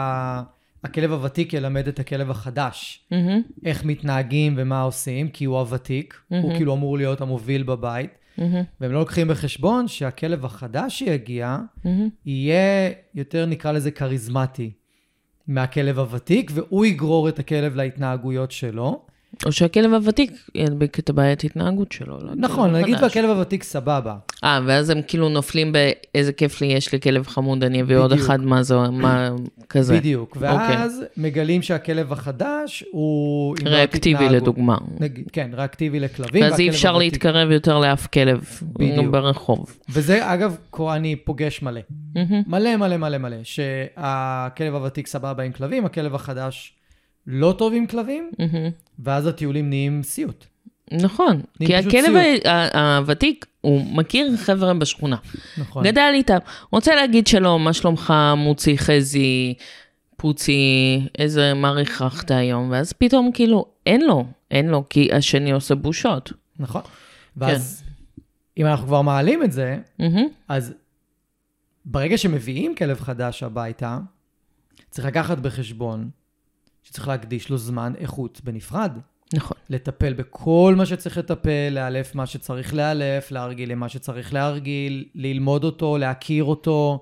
Speaker 1: שהכלב הוותיק ילמד את הכלב החדש,
Speaker 2: Mm-hmm.
Speaker 1: איך מתנהגים ומה עושים, כי הוא הוותיק,
Speaker 2: Mm-hmm.
Speaker 1: הוא כאילו אמור להיות המוביל בבית,
Speaker 2: Mm-hmm.
Speaker 1: והם לא לוקחים בחשבון שהכלב החדש שיגיע,
Speaker 2: Mm-hmm.
Speaker 1: יהיה יותר נקרא לזה כריזמטי מהכלב הוותיק, והוא יגרור את הכלב להתנהגויות שלו.
Speaker 2: או שהכלב הוותיק ידביק את הבעיית התנהגות שלו.
Speaker 1: נכון, נגיד והכלב הוותיק סבבה.
Speaker 2: אה, ואז הם כאילו נופלים באיזה כיף לי, יש לי כלב חמוד, אני אביא עוד אחד, מה זה, מה כזה.
Speaker 1: בדיוק, ואז מגלים שהכלב החדש הוא...
Speaker 2: ריאקטיבי לדוגמה.
Speaker 1: כן, ריאקטיבי לכלבים.
Speaker 2: ואז אי אפשר להתקרב יותר לאף כלב ברחוב.
Speaker 1: וזה אגב, אני פוגש מלא. מלא מלא מלא מלא, שהכלב הוותיק סבבה עם כלבים, הכלב החדש לא טוב עם כלבים, ואז הטיולים נהיים סיוט.
Speaker 2: נכון, כי הכלב הוותיק, הוא מכיר חבר'ה בשכונה.
Speaker 1: נכון.
Speaker 2: גדל איתם, רוצה להגיד שלום, מה שלומך, מוצי, חזי, פוצי, איזה מה ריחכת היום, ואז פתאום כאילו, אין לו, אין לו, כי השני עושה בושות.
Speaker 1: נכון. ואז, אם אנחנו כבר מעלים את זה, אז ברגע שמביאים כלב חדש הביתה, צריך לקחת בחשבון, שצריך להקדיש לו זמן איכות בנפרד.
Speaker 2: נכון.
Speaker 1: לטפל בכל מה שצריך לטפל, לאלף מה שצריך לאלף, להרגיל למה שצריך להרגיל, ללמוד אותו, להכיר אותו,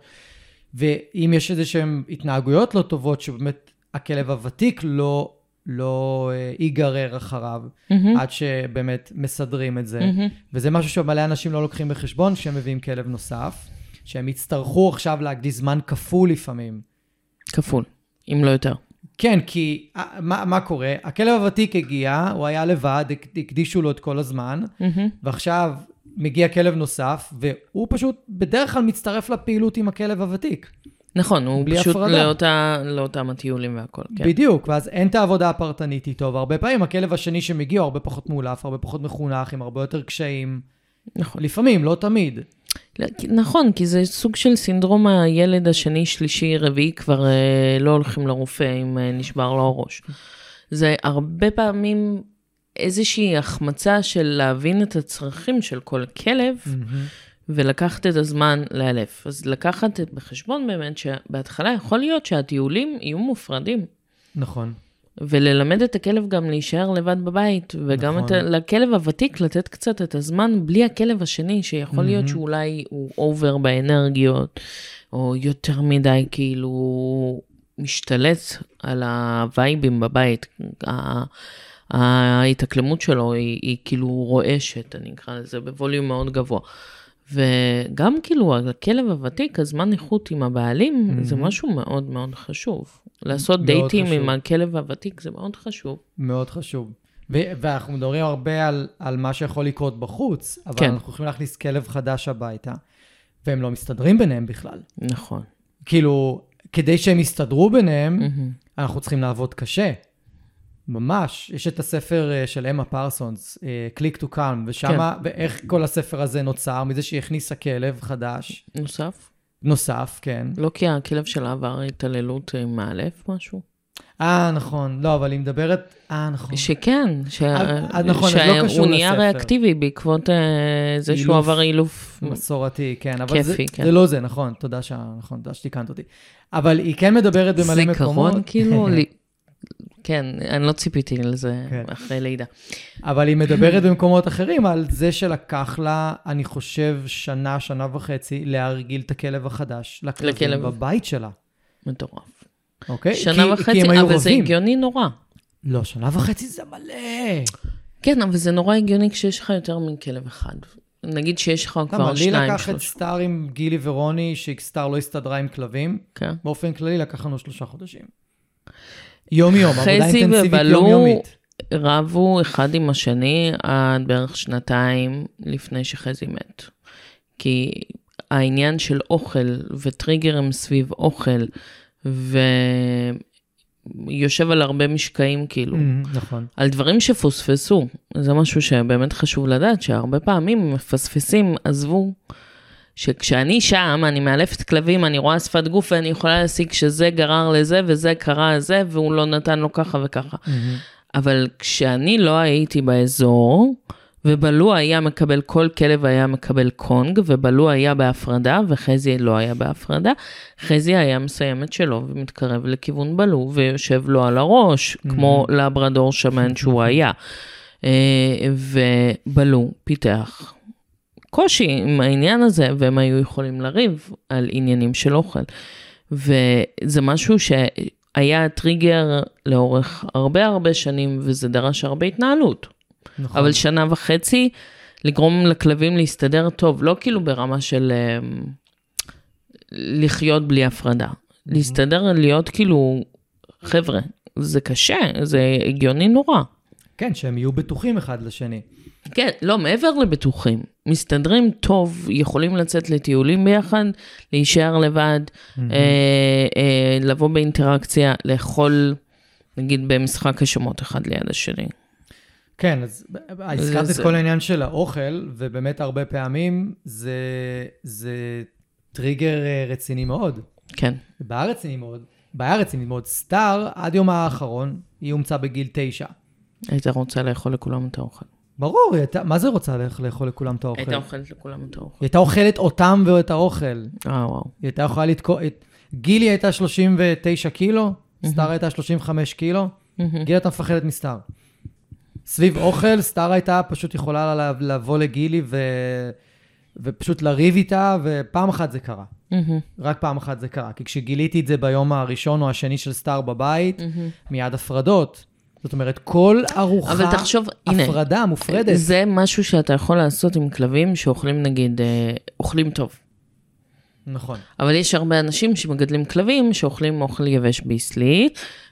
Speaker 1: ואם יש איזה שהן התנהגויות לא טובות, שבאמת הכלב הוותיק לא, לא אה, ייגרר אחריו, mm-hmm. עד שבאמת מסדרים את זה. Mm-hmm. וזה משהו שמלא אנשים לא לוקחים בחשבון, שהם מביאים כלב נוסף, שהם יצטרכו עכשיו להקדיש זמן כפול לפעמים.
Speaker 2: כפול, אם לא יותר.
Speaker 1: כן, כי מה, מה קורה? הכלב הוותיק הגיע, הוא היה לבד, הקדישו לו את כל הזמן, mm-hmm. ועכשיו מגיע כלב נוסף, והוא פשוט בדרך כלל מצטרף לפעילות עם הכלב הוותיק.
Speaker 2: נכון, הוא פשוט לאותה, לאותם הטיולים והכל. כן.
Speaker 1: בדיוק, ואז אין את העבודה הפרטנית איתו, והרבה פעמים הכלב השני שמגיע, הרבה פחות מאולף, הרבה פחות מחונך, עם הרבה יותר קשיים.
Speaker 2: נכון.
Speaker 1: לפעמים, לא תמיד.
Speaker 2: נכון, כי זה סוג של סינדרום הילד השני, שלישי, רביעי, כבר אה, לא הולכים לרופא אם אה, נשבר לו הראש. זה הרבה פעמים איזושהי החמצה של להבין את הצרכים של כל כלב, mm-hmm. ולקחת את הזמן לאלף. אז לקחת בחשבון באמת שבהתחלה יכול להיות שהטיולים יהיו מופרדים.
Speaker 1: נכון.
Speaker 2: וללמד את הכלב גם להישאר לבד בבית, וגם נכון. את, לכלב הוותיק לתת קצת את הזמן בלי הכלב השני, שיכול להיות mm-hmm. שאולי הוא אובר באנרגיות, או יותר מדי כאילו משתלט על הווייבים בבית. ההתאקלמות שלו היא, היא כאילו רועשת, אני אקרא לזה, בווליום מאוד גבוה. וגם כאילו הכלב הוותיק, הזמן איכות עם הבעלים, mm-hmm. זה משהו מאוד מאוד חשוב. לעשות דייטים חשוב. עם הכלב הוותיק, זה מאוד חשוב.
Speaker 1: מאוד חשוב. ו- ואנחנו מדברים הרבה על, על מה שיכול לקרות בחוץ, אבל כן. אנחנו יכולים להכניס כלב חדש הביתה, והם לא מסתדרים ביניהם בכלל.
Speaker 2: נכון. כאילו,
Speaker 1: כדי שהם יסתדרו ביניהם, mm-hmm. אנחנו צריכים לעבוד קשה. ממש. יש את הספר של אמה פרסונס, Click to Calm, ושמה, כן. ואיך כל הספר הזה נוצר, מזה שהכניסה כלב חדש.
Speaker 2: נוסף?
Speaker 1: נוסף, כן.
Speaker 2: לא כי הכלב שלה עבר התעללות מאלף משהו?
Speaker 1: אה, נכון. לא, אבל היא מדברת... אה, נכון.
Speaker 2: שכן. ש...
Speaker 1: אה, נכון, אז לא קשור לספר.
Speaker 2: שהוא נהיה ריאקטיבי בעקבות זה שהוא עבר אילוף...
Speaker 1: מסורתי, כן. אבל
Speaker 2: כיפי,
Speaker 1: זה,
Speaker 2: כן.
Speaker 1: זה לא זה, נכון. תודה ש... נכון, תודה שתיקנת אותי. אבל היא כן מדברת במלא מקומות.
Speaker 2: זיכרון כאילו... כן, אני לא ציפיתי לזה כן. אחרי לידה.
Speaker 1: אבל היא מדברת במקומות אחרים על זה שלקח לה, אני חושב, שנה, שנה וחצי, להרגיל את הכלב החדש, לכלבים בבית שלה.
Speaker 2: מטורף.
Speaker 1: אוקיי?
Speaker 2: שנה
Speaker 1: כי,
Speaker 2: וחצי,
Speaker 1: כי
Speaker 2: אבל
Speaker 1: רבים.
Speaker 2: זה הגיוני נורא.
Speaker 1: לא, שנה וחצי זה מלא.
Speaker 2: כן, אבל זה נורא הגיוני כשיש לך יותר מכלב אחד. נגיד שיש לך כבר שניים,
Speaker 1: לי לקח את סטאר עם גילי ורוני, שסטאר לא הסתדרה עם כלבים.
Speaker 2: כן.
Speaker 1: באופן כללי לקח לנו שלושה חודשים. יום יום, עבודה אינטנסיבית יומיומית.
Speaker 2: רבו אחד עם השני עד בערך שנתיים לפני שחזי מת. כי העניין של אוכל וטריגרים סביב אוכל, ויושב על הרבה משקעים כאילו.
Speaker 1: נכון.
Speaker 2: על דברים שפוספסו. זה משהו שבאמת חשוב לדעת, שהרבה פעמים מפספסים, עזבו. שכשאני שם, אני מאלפת כלבים, אני רואה שפת גוף, ואני יכולה להסיק שזה גרר לזה, וזה קרה לזה, והוא לא נתן לו ככה וככה. Mm-hmm. אבל כשאני לא הייתי באזור, ובלו היה מקבל, כל כלב היה מקבל קונג, ובלו היה בהפרדה, וחזי לא היה בהפרדה. חזי היה מסיים את שלו, ומתקרב לכיוון בלו, ויושב לו על הראש, mm-hmm. כמו לברדור שמן שהוא היה. ובלו פיתח קושי עם העניין הזה, והם היו יכולים לריב על עניינים של אוכל. וזה משהו שהיה טריגר לאורך הרבה הרבה שנים, וזה דרש הרבה התנהלות. נכון. אבל שנה וחצי, לגרום לכלבים להסתדר טוב, לא כאילו ברמה של לחיות בלי הפרדה. Mm-hmm. להסתדר, להיות כאילו, חבר'ה, זה קשה, זה הגיוני נורא.
Speaker 1: כן, שהם יהיו בטוחים אחד לשני.
Speaker 2: כן, לא, מעבר לבטוחים. מסתדרים טוב, יכולים לצאת לטיולים ביחד, להישאר לבד, mm-hmm. אה, אה, לבוא באינטראקציה, לאכול, נגיד, במשחק השמות אחד ליד השני.
Speaker 1: כן, אז הזכרת את כל העניין של האוכל, ובאמת הרבה פעמים זה, זה טריגר רציני מאוד.
Speaker 2: כן.
Speaker 1: בעיה רציני מאוד. בעיה רציני מאוד. סטאר, עד יום האחרון, היא הומצא בגיל תשע.
Speaker 2: הייתה רוצה לאכול לכולם את האוכל.
Speaker 1: ברור, הייתה, מה זה רוצה לאכול לכולם את האוכל?
Speaker 2: הייתה אוכלת לכולם את האוכל.
Speaker 1: היא הייתה אוכלת אותם ואת האוכל.
Speaker 2: אה, וואו. היא
Speaker 1: הייתה יכולה לתקוע, גילי הייתה שלושים ותשע קילו, סטאר הייתה שלושים וחמש קילו, גילי הייתה מפחדת מסטאר. סביב אוכל, סטאר הייתה פשוט יכולה לבוא לגילי ו... ופשוט לריב איתה, ופעם אחת זה קרה. רק פעם אחת זה קרה. כי כשגיליתי את זה ביום הראשון או השני של סטאר בבית, מיד הפרדות. זאת אומרת, כל ארוחה,
Speaker 2: אבל תחשוב,
Speaker 1: הפרדה
Speaker 2: הנה,
Speaker 1: מופרדת.
Speaker 2: זה משהו שאתה יכול לעשות עם כלבים שאוכלים, נגיד, אוכלים טוב.
Speaker 1: נכון.
Speaker 2: אבל יש הרבה אנשים שמגדלים כלבים שאוכלים אוכל יבש ביסלי,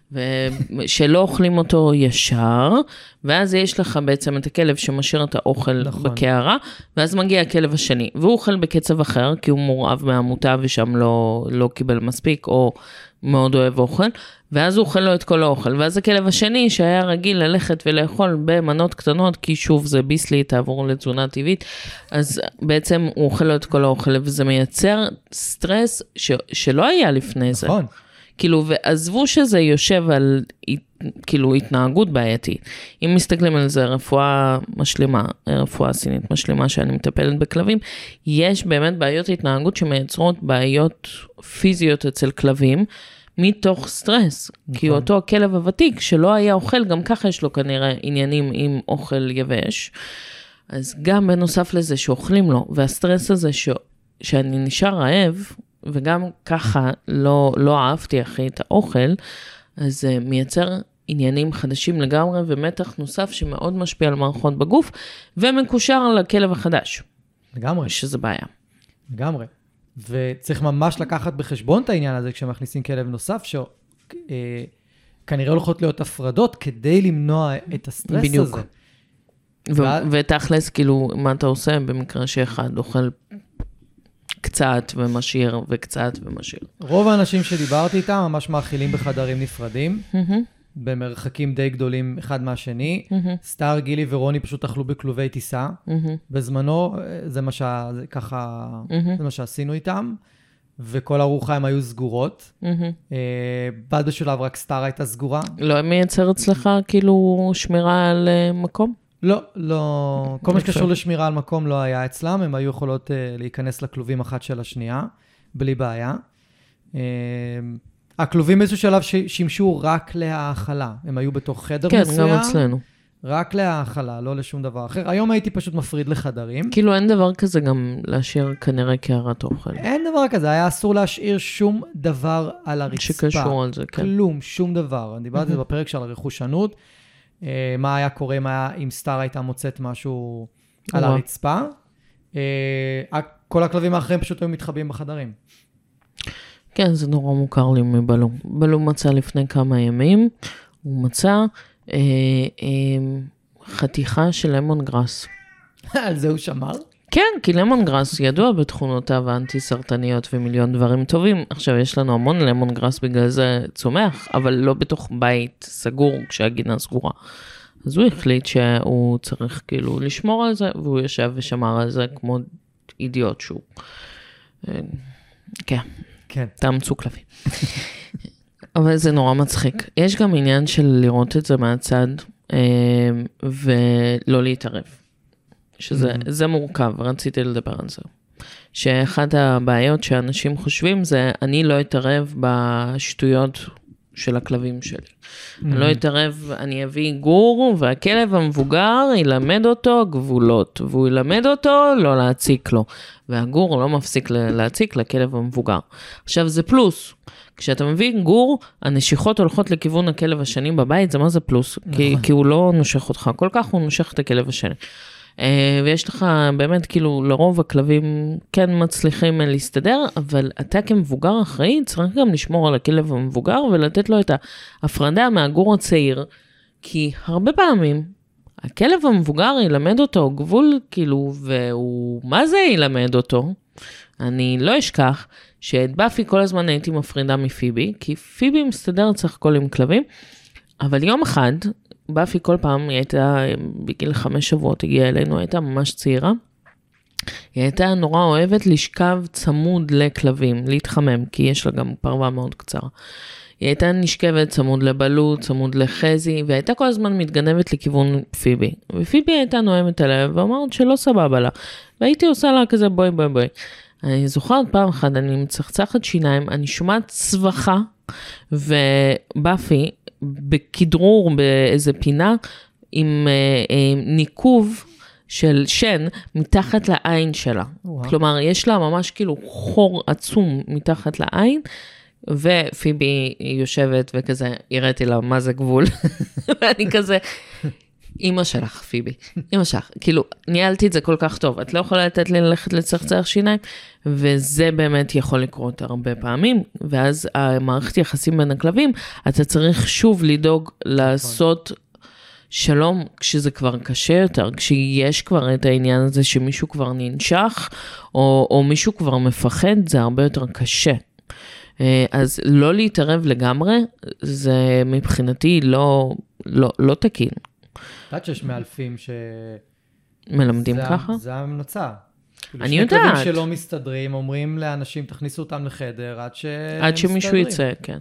Speaker 2: ושלא אוכלים אותו ישר, ואז יש לך בעצם את הכלב שמשאיר את האוכל נכון. בקערה, ואז מגיע הכלב השני, והוא אוכל בקצב אחר, כי הוא מורעב מהעמותה ושם לא, לא קיבל מספיק, או מאוד אוהב אוכל, ואז הוא אוכל לו את כל האוכל, ואז הכלב השני שהיה רגיל ללכת ולאכול במנות קטנות, כי שוב זה ביסלי, תעבור לתזונה טבעית, אז בעצם הוא אוכל לו את כל האוכל, וזה מייצר סטרס ש, שלא היה לפני זה.
Speaker 1: נכון.
Speaker 2: כאילו, ועזבו שזה יושב על, כאילו, התנהגות בעייתית. אם מסתכלים על זה, רפואה משלימה, רפואה סינית משלימה שאני מטפלת בכלבים, יש באמת בעיות התנהגות שמייצרות בעיות פיזיות אצל כלבים, מתוך סטרס. נכון. כי אותו הכלב הוותיק, שלא היה אוכל, גם ככה יש לו כנראה עניינים עם אוכל יבש. אז גם בנוסף לזה שאוכלים לו, והסטרס הזה ש... שאני נשאר רעב, וגם ככה לא, לא אהבתי אחרי את האוכל, אז זה מייצר עניינים חדשים לגמרי, ומתח נוסף שמאוד משפיע על מערכות בגוף, ומקושר לכלב החדש.
Speaker 1: לגמרי.
Speaker 2: שזה בעיה.
Speaker 1: לגמרי. וצריך ממש לקחת בחשבון את העניין הזה, כשמכניסים כלב נוסף, שכנראה הולכות להיות הפרדות, כדי למנוע את הסטרס
Speaker 2: בדיוק.
Speaker 1: הזה.
Speaker 2: ו- ותכלס, כאילו, מה אתה עושה במקרה שאחד אוכל קצת ומשאיר, וקצת ומשאיר.
Speaker 1: רוב האנשים שדיברתי איתם ממש מאכילים בחדרים נפרדים, במרחקים די גדולים אחד מהשני. סטאר, גילי ורוני פשוט אכלו בכלובי טיסה. בזמנו, זה מה שה- זה ככה, זה מה שעשינו איתם, וכל ארוחה הם היו סגורות. בד בשולב רק סטאר הייתה סגורה.
Speaker 2: לא מייצר אצלך כאילו שמירה על מקום?
Speaker 1: לא, לא. כל מה שקשור לשמירה על מקום לא היה אצלם, הם היו יכולות uh, להיכנס לכלובים אחת של השנייה, בלי בעיה. Uh, הכלובים באיזשהו שלב שימשו רק להאכלה, הם היו בתוך חדר
Speaker 2: כן,
Speaker 1: מסוים.
Speaker 2: כן, גם אצלנו.
Speaker 1: רק להאכלה, לא לשום דבר אחר. היום הייתי פשוט מפריד לחדרים.
Speaker 2: כאילו אין דבר כזה גם להשאיר כנראה קערת אוכל.
Speaker 1: אין דבר כזה, היה אסור להשאיר שום דבר על הרצפה.
Speaker 2: שקשור על זה, כן.
Speaker 1: כלום, שום דבר. אני דיברתי על זה בפרק של הרכושנות, מה היה קורה אם סטאר הייתה מוצאת משהו על הרצפה. כל הכלבים האחרים פשוט היו מתחבאים בחדרים.
Speaker 2: כן, זה נורא מוכר לי מבלו. בלו מצא לפני כמה ימים, הוא מצא חתיכה של למון גראס.
Speaker 1: על זה הוא שמר?
Speaker 2: כן, כי למון גראס ידוע בתכונותיו האנטי-סרטניות ומיליון דברים טובים. עכשיו יש לנו המון למון גראס בגלל זה צומח, אבל לא בתוך בית סגור כשהגינה סגורה. אז הוא החליט שהוא צריך כאילו לשמור על זה, והוא ישב ושמר על זה כמו אידיוט שהוא. כן.
Speaker 1: כן.
Speaker 2: תאמצו כלבים. אבל זה נורא מצחיק. יש גם עניין של לראות את זה מהצד, ולא להתערב. שזה זה מורכב, רציתי לדבר על זה. שאחת הבעיות שאנשים חושבים זה, אני לא אתערב בשטויות של הכלבים שלי. Mm-hmm. אני לא אתערב, אני אביא גור, והכלב המבוגר ילמד אותו גבולות, והוא ילמד אותו לא להציק לו, והגור לא מפסיק להציק לכלב המבוגר. עכשיו זה פלוס, כשאתה מביא גור, הנשיכות הולכות לכיוון הכלב השני בבית, זה מה זה פלוס? נכון. כי, כי הוא לא נושך אותך, כל כך הוא נושך את הכלב השני. ויש לך באמת כאילו לרוב הכלבים כן מצליחים להסתדר, אבל אתה כמבוגר אחראי צריך גם לשמור על הכלב המבוגר ולתת לו את ההפרדה מהגור הצעיר, כי הרבה פעמים הכלב המבוגר ילמד אותו גבול כאילו, והוא מה זה ילמד אותו? אני לא אשכח שאת באפי כל הזמן הייתי מפרידה מפיבי, כי פיבי מסתדר צריך כל עם כלבים, אבל יום אחד באפי כל פעם, היא הייתה, בגיל חמש שבועות הגיעה אלינו, הייתה ממש צעירה. היא הייתה נורא אוהבת לשכב צמוד לכלבים, להתחמם, כי יש לה גם פרווה מאוד קצרה. היא הייתה נשכבת צמוד לבלוט, צמוד לחזי, והייתה כל הזמן מתגנבת לכיוון פיבי. ופיבי הייתה נועמת עליה, ואמרת שלא סבבה לה. והייתי עושה לה כזה בואי בואי בואי. אני זוכרת פעם אחת, אני מצחצחת שיניים, אני שומעת צווחה, ובאפי, בכדרור באיזה פינה, עם אה, אה, ניקוב של שן מתחת לעין שלה. וואו. כלומר, יש לה ממש כאילו חור עצום מתחת לעין, ופיבי יושבת וכזה, הראיתי לה מה זה גבול, ואני כזה, אמא שלך, פיבי, אמא שלך, כאילו, ניהלתי את זה כל כך טוב, את לא יכולה לתת לי ללכת לצחצח שיניים, וזה באמת יכול לקרות הרבה פעמים, ואז המערכת יחסים בין הכלבים, אתה צריך שוב לדאוג לעשות שלום, כשזה כבר קשה יותר, כשיש כבר את העניין הזה שמישהו כבר ננשך, או, או מישהו כבר מפחד, זה הרבה יותר קשה. אז לא להתערב לגמרי, זה מבחינתי לא, לא, לא תקין.
Speaker 1: יודעת שיש מאלפים ש...
Speaker 2: מלמדים ככה?
Speaker 1: זה המנוצה.
Speaker 2: אני יודעת.
Speaker 1: שני כלבים שלא מסתדרים, אומרים לאנשים, תכניסו אותם לחדר, עד שהם
Speaker 2: עד שמישהו יצא, כן.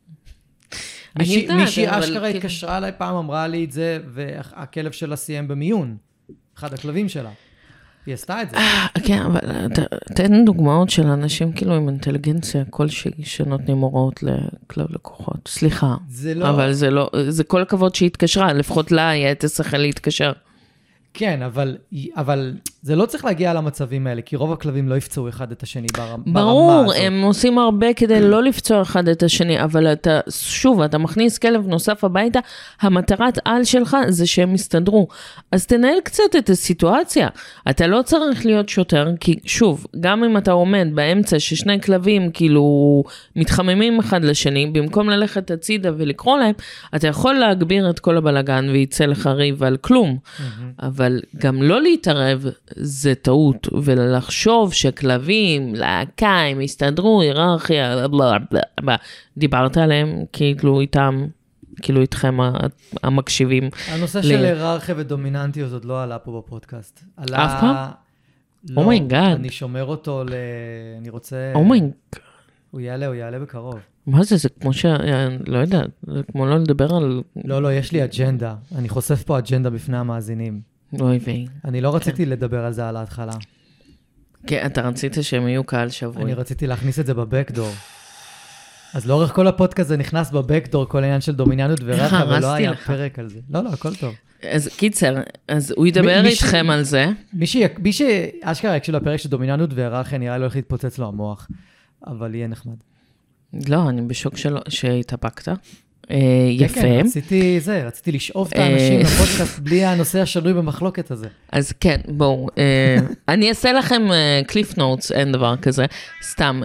Speaker 1: מישהי אשכרה התקשרה אליי פעם, אמרה לי את זה, והכלב שלה סיים במיון. אחד הכלבים שלה. היא עשתה את זה.
Speaker 2: כן, אבל תן דוגמאות של אנשים כאילו עם אינטליגנציה כלשהי שנותנים הוראות לכלב לקוחות. סליחה. זה לא... אבל זה לא, זה כל הכבוד שהיא התקשרה, לפחות לה היה תשחק להתקשר.
Speaker 1: כן, אבל, אבל זה לא צריך להגיע למצבים האלה, כי רוב הכלבים לא יפצעו אחד את השני ברמה הזאת.
Speaker 2: ברור, הם עושים הרבה כדי לא לפצוע אחד את השני, אבל אתה, שוב, אתה מכניס כלב נוסף הביתה, המטרת על שלך זה שהם מסתדרו. אז תנהל קצת את הסיטואציה. אתה לא צריך להיות שוטר, כי שוב, גם אם אתה עומד באמצע ששני כלבים כאילו מתחממים אחד לשני, במקום ללכת הצידה ולקרוא להם, אתה יכול להגביר את כל הבלגן ויצא לך ריב על כלום. אבל אבל גם לא להתערב זה טעות, ולחשוב שכלבים, להקה, הם יסתדרו, היררכיה, בלה בלה בלה. דיברת עליהם כאילו איתם, כאילו איתכם המקשיבים.
Speaker 1: הנושא של היררכיה ודומיננטיות עוד לא עלה פה בפודקאסט.
Speaker 2: אף פעם? אומייגאד.
Speaker 1: אני שומר אותו ל... אני רוצה...
Speaker 2: אומייגאד.
Speaker 1: הוא יעלה, הוא יעלה בקרוב.
Speaker 2: מה זה? זה כמו ש... לא יודע, זה כמו לא לדבר על...
Speaker 1: לא, לא, יש לי אג'נדה. אני חושף פה אג'נדה בפני המאזינים.
Speaker 2: אוי ויי.
Speaker 1: אני לא רציתי לדבר על זה על ההתחלה.
Speaker 2: כן, אתה רצית שהם יהיו קהל שבוי.
Speaker 1: אני רציתי להכניס את זה בבקדור. אז לאורך כל הפודקאסט זה נכנס בבקדור, כל העניין של דומינניות ורחה, ולא היה פרק על זה. לא, לא, הכל טוב.
Speaker 2: אז קיצר, אז הוא ידבר איתכם על זה.
Speaker 1: מי שאשכרה יקשיב לפרק של דומינניות ורחה, נראה לי הולך להתפוצץ לו המוח, אבל יהיה נחמד.
Speaker 2: לא, אני בשוק שהתאפקת. יפה.
Speaker 1: כן, רציתי זה, רציתי לשאוף את האנשים לפודקאסט בלי הנושא השנוי במחלוקת הזה.
Speaker 2: אז כן, בואו, אני אעשה לכם קליף נוטס, אין דבר כזה, סתם.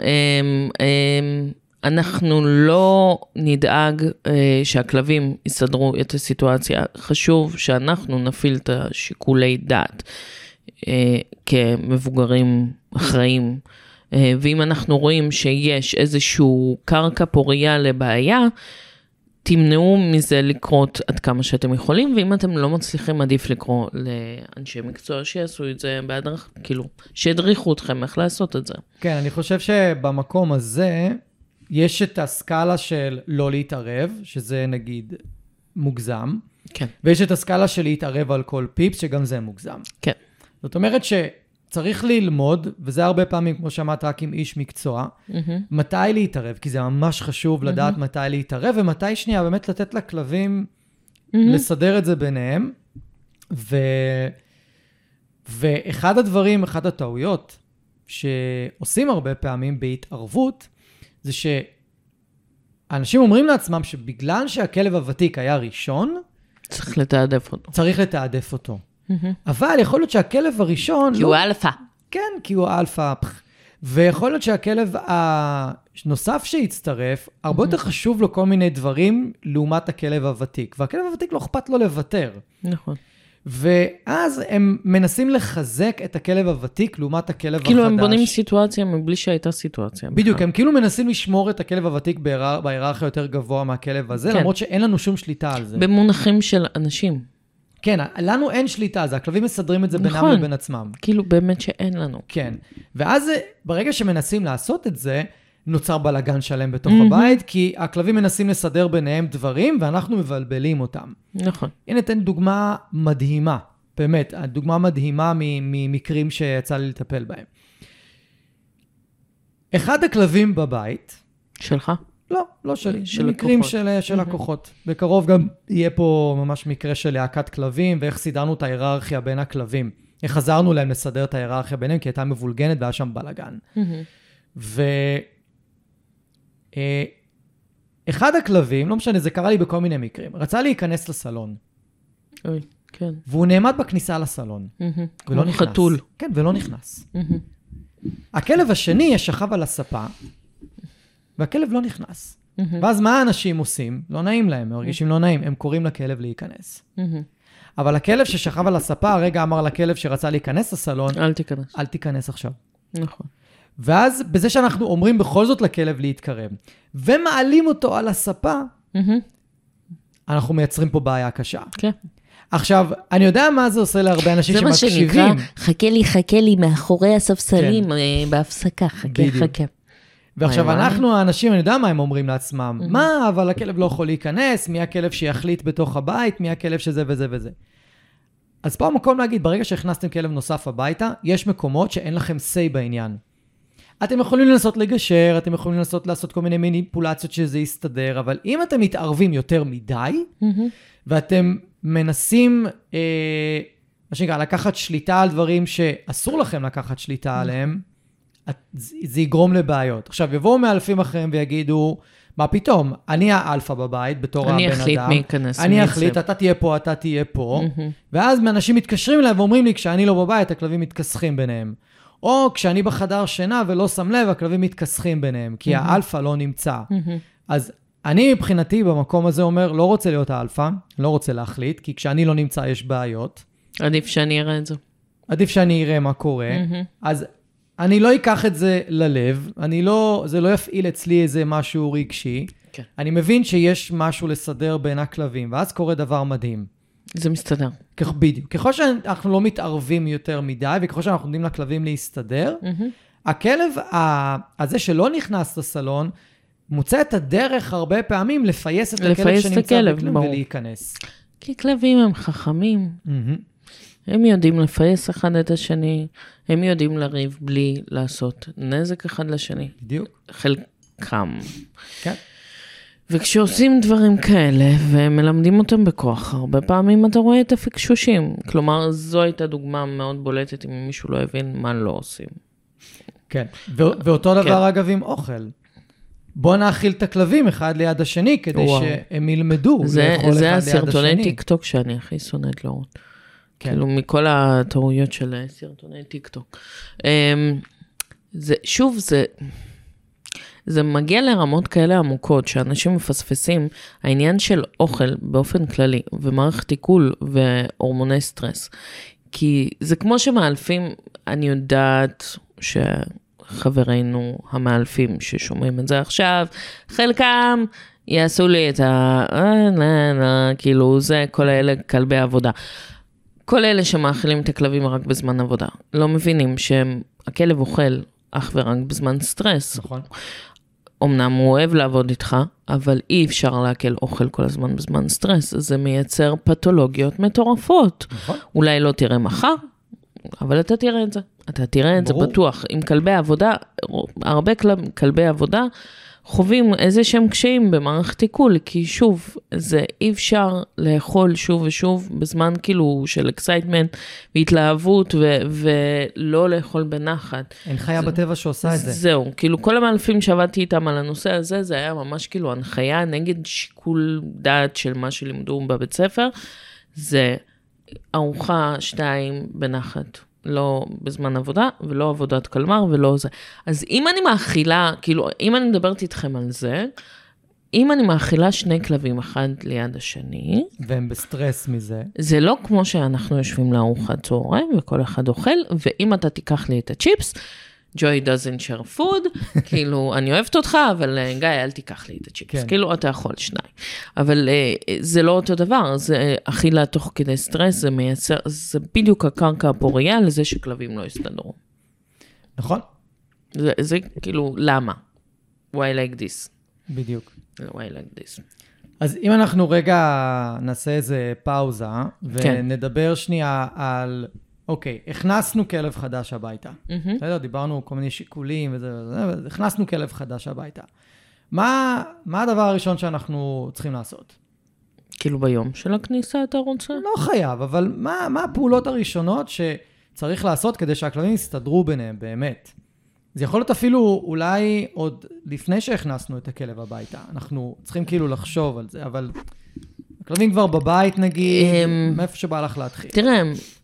Speaker 2: אנחנו לא נדאג שהכלבים יסדרו את הסיטואציה. חשוב שאנחנו נפעיל את השיקולי דעת כמבוגרים אחראים, ואם אנחנו רואים שיש איזשהו קרקע פוריה לבעיה, תמנעו מזה לקרות עד כמה שאתם יכולים, ואם אתם לא מצליחים עדיף לקרוא לאנשי מקצוע שיעשו את זה בהדרך, כאילו, שידריכו אתכם איך לעשות את זה.
Speaker 1: כן, אני חושב שבמקום הזה, יש את הסקאלה של לא להתערב, שזה נגיד מוגזם,
Speaker 2: כן.
Speaker 1: ויש את הסקאלה של להתערב על כל פיפס, שגם זה מוגזם.
Speaker 2: כן.
Speaker 1: זאת אומרת שצריך ללמוד, וזה הרבה פעמים, כמו שאמרת, רק עם איש מקצוע, mm-hmm. מתי להתערב, כי זה ממש חשוב לדעת mm-hmm. מתי להתערב, ומתי שנייה באמת לתת לכלבים mm-hmm. לסדר את זה ביניהם. ו... ואחד הדברים, אחד הטעויות שעושים הרבה פעמים בהתערבות, זה שאנשים אומרים לעצמם שבגלל שהכלב הוותיק היה ראשון,
Speaker 2: צריך לתעדף אותו.
Speaker 1: צריך לתעדף אותו. Mm-hmm. אבל יכול להיות שהכלב הראשון...
Speaker 2: כי לא... הוא אלפא.
Speaker 1: כן, כי הוא אלפא. ויכול להיות שהכלב הנוסף שהצטרף, הרבה יותר חשוב לו כל מיני דברים לעומת הכלב הוותיק. והכלב הוותיק לא אכפת לו לוותר.
Speaker 2: נכון.
Speaker 1: ואז הם מנסים לחזק את הכלב הוותיק לעומת הכלב החדש.
Speaker 2: כאילו הם בונים סיטואציה מבלי שהייתה סיטואציה.
Speaker 1: בדיוק, הם כאילו מנסים לשמור את הכלב הוותיק בהיררכיה יותר גבוה מהכלב הזה, למרות שאין לנו שום שליטה על זה.
Speaker 2: במונחים של אנשים.
Speaker 1: כן, לנו אין שליטה על זה, הכלבים מסדרים את זה בינם לבין עצמם.
Speaker 2: כאילו באמת שאין לנו.
Speaker 1: כן, ואז ברגע שמנסים לעשות את זה, נוצר בלגן שלם בתוך הבית, כי הכלבים מנסים לסדר ביניהם דברים, ואנחנו מבלבלים אותם.
Speaker 2: נכון.
Speaker 1: הנה, תן דוגמה מדהימה, באמת, הדוגמה מדהימה ממקרים שיצא לי לטפל בהם. אחד הכלבים בבית...
Speaker 2: שלך?
Speaker 1: לא, לא שלי. של מקרים של, של לקוחות. בקרוב גם יהיה פה ממש מקרה של להקת כלבים, ואיך סידרנו את ההיררכיה בין הכלבים. איך עזרנו להם לסדר את ההיררכיה ביניהם, כי הייתה מבולגנת והיה שם בלגן. ו... אחד הכלבים, לא משנה, זה קרה לי בכל מיני מקרים, רצה להיכנס לסלון.
Speaker 2: אוי, כן.
Speaker 1: והוא נעמד בכניסה לסלון. ולא נכנס.
Speaker 2: חתול.
Speaker 1: כן, ולא נכנס. הכלב השני שכב על הספה, והכלב לא נכנס. ואז מה האנשים עושים? לא נעים להם, הם מרגישים לא נעים, הם קוראים לכלב להיכנס. אבל הכלב ששכב על הספה, הרגע אמר לכלב שרצה להיכנס לסלון,
Speaker 2: אל תיכנס.
Speaker 1: אל תיכנס עכשיו.
Speaker 2: נכון.
Speaker 1: ואז בזה שאנחנו אומרים בכל זאת לכלב להתקרב, ומעלים אותו על הספה, אנחנו מייצרים פה בעיה קשה.
Speaker 2: כן.
Speaker 1: עכשיו, אני יודע מה זה עושה להרבה אנשים שמקשיבים.
Speaker 2: זה מה שנקרא, חכה לי, חכה לי, מאחורי הספסלים, בהפסקה, חכה, חכה.
Speaker 1: ועכשיו אנחנו, האנשים, אני יודע מה הם אומרים לעצמם. מה, אבל הכלב לא יכול להיכנס, מי הכלב שיחליט בתוך הבית, מי הכלב שזה וזה וזה. אז פה המקום להגיד, ברגע שהכנסתם כלב נוסף הביתה, יש מקומות שאין לכם say בעניין. אתם יכולים לנסות לגשר, אתם יכולים לנסות לעשות כל מיני מניפולציות שזה יסתדר, אבל אם אתם מתערבים יותר מדי, ואתם מנסים, אה, מה שנקרא, לקחת שליטה על דברים שאסור לכם לקחת שליטה עליהם, זה יגרום לבעיות. עכשיו, יבואו מאלפים אחרים ויגידו, מה פתאום? אני האלפא בבית, בתור הבן אדם.
Speaker 2: אני אחליט מי ייכנס.
Speaker 1: אני אחליט, אתה תהיה פה, אתה תהיה פה. ואז אנשים מתקשרים אליי ואומרים לי, כשאני לא בבית, הכלבים מתכסחים ביניהם. או כשאני בחדר שינה ולא שם לב, הכלבים מתכסחים ביניהם, כי האלפא לא נמצא. אז אני מבחינתי במקום הזה אומר, לא רוצה להיות האלפא, לא רוצה להחליט, כי כשאני לא נמצא יש בעיות.
Speaker 2: עדיף שאני אראה את זה.
Speaker 1: עדיף שאני אראה מה קורה. אז אני לא אקח את זה ללב, אני לא, זה לא יפעיל אצלי איזה משהו רגשי. כן. אני מבין שיש משהו לסדר בין הכלבים, ואז קורה דבר מדהים.
Speaker 2: זה מסתדר.
Speaker 1: בדיוק. ככל שאנחנו לא מתערבים יותר מדי, וככל שאנחנו נותנים לכלבים להסתדר, mm-hmm. הכלב הזה שלא נכנס לסלון, מוצא את הדרך הרבה פעמים לפייס את הכלב שנמצא בכלב ולהיכנס.
Speaker 2: כי כלבים הם חכמים. Mm-hmm. הם יודעים לפייס אחד את השני, הם יודעים לריב בלי לעשות נזק אחד לשני.
Speaker 1: בדיוק.
Speaker 2: חלקם.
Speaker 1: כן.
Speaker 2: וכשעושים דברים כאלה, ומלמדים אותם בכוח, הרבה פעמים אתה רואה את הפקשושים. כלומר, זו הייתה דוגמה מאוד בולטת, אם מישהו לא הבין מה לא עושים.
Speaker 1: כן, ו- ואותו דבר אגב עם אוכל. בוא נאכיל את הכלבים אחד ליד השני, כדי שהם ילמדו
Speaker 2: זה, לאכול אחד ליד השני. זה הסרטוני טיק טוק שאני הכי שונאת לראות. כן. כאילו מכל הטעויות של סרטוני טיק טוק. זה, שוב, זה... זה מגיע לרמות כאלה עמוקות, שאנשים מפספסים, העניין של אוכל באופן כללי, ומערכת עיכול והורמוני סטרס. כי זה כמו שמאלפים, אני יודעת שחברינו המאלפים ששומעים את זה עכשיו, חלקם יעשו לי את ה... כאילו זה כל אלה כלבי עבודה. כל אלה שמאכילים את הכלבים רק בזמן עבודה. לא מבינים שהכלב אוכל אך ורק בזמן סטרס.
Speaker 1: נכון.
Speaker 2: אמנם הוא אוהב לעבוד איתך, אבל אי אפשר להקל אוכל כל הזמן בזמן סטרס. זה מייצר פתולוגיות מטורפות. נכון. אולי לא תראה מחר, אבל אתה תראה את זה, אתה תראה את זה בטוח. עם כלבי עבודה, הרבה כלב, כלבי עבודה חווים איזה שהם קשיים במערכת עיכול, כי שוב, זה אי אפשר לאכול שוב ושוב, בזמן כאילו של אקסייטמנט והתלהבות, ו- ולא לאכול בנחת.
Speaker 1: אין חיה זה, בטבע שעושה את זה.
Speaker 2: זהו, כאילו כל המאלפים שעבדתי איתם על הנושא הזה, זה היה ממש כאילו הנחיה נגד שיקול דעת של מה שלימדו בבית ספר, זה ארוחה שתיים בנחת. לא בזמן עבודה, ולא עבודת קלמר, ולא זה. אז אם אני מאכילה, כאילו, אם אני מדברת איתכם על זה, אם אני מאכילה שני כלבים אחד ליד השני,
Speaker 1: והם בסטרס מזה.
Speaker 2: זה לא כמו שאנחנו יושבים לארוחת צהריים, וכל אחד אוכל, ואם אתה תיקח לי את הצ'יפס, Joy doesn't share food, כאילו, אני אוהבת אותך, אבל גיא, אל תיקח לי את הצ'יפס. כן. כאילו, אתה יכול שניים. אבל זה לא אותו דבר, זה אכילה תוך כדי סטרס, זה מייצר, זה בדיוק הקרקע הפוריה לזה שכלבים לא יסתדרו.
Speaker 1: נכון.
Speaker 2: זה, זה כאילו, למה? Why like this?
Speaker 1: בדיוק.
Speaker 2: Why like this?
Speaker 1: אז אם אנחנו רגע נעשה איזה פאוזה,
Speaker 2: כן.
Speaker 1: ונדבר שנייה על... אוקיי, הכנסנו כלב חדש הביתה. בסדר, דיברנו כל מיני שיקולים וזה וזה, הכנסנו כלב חדש הביתה. מה, מה הדבר הראשון שאנחנו צריכים לעשות?
Speaker 2: כאילו ביום של הכניסה אתה רוצה?
Speaker 1: לא חייב, אבל מה, מה הפעולות הראשונות שצריך לעשות כדי שהכלבים יסתדרו ביניהם באמת? זה יכול להיות אפילו אולי עוד לפני שהכנסנו את הכלב הביתה. אנחנו צריכים כאילו לחשוב על זה, אבל הכלבים כבר בבית נגיד, מאיפה שבא לך להתחיל?
Speaker 2: תראה,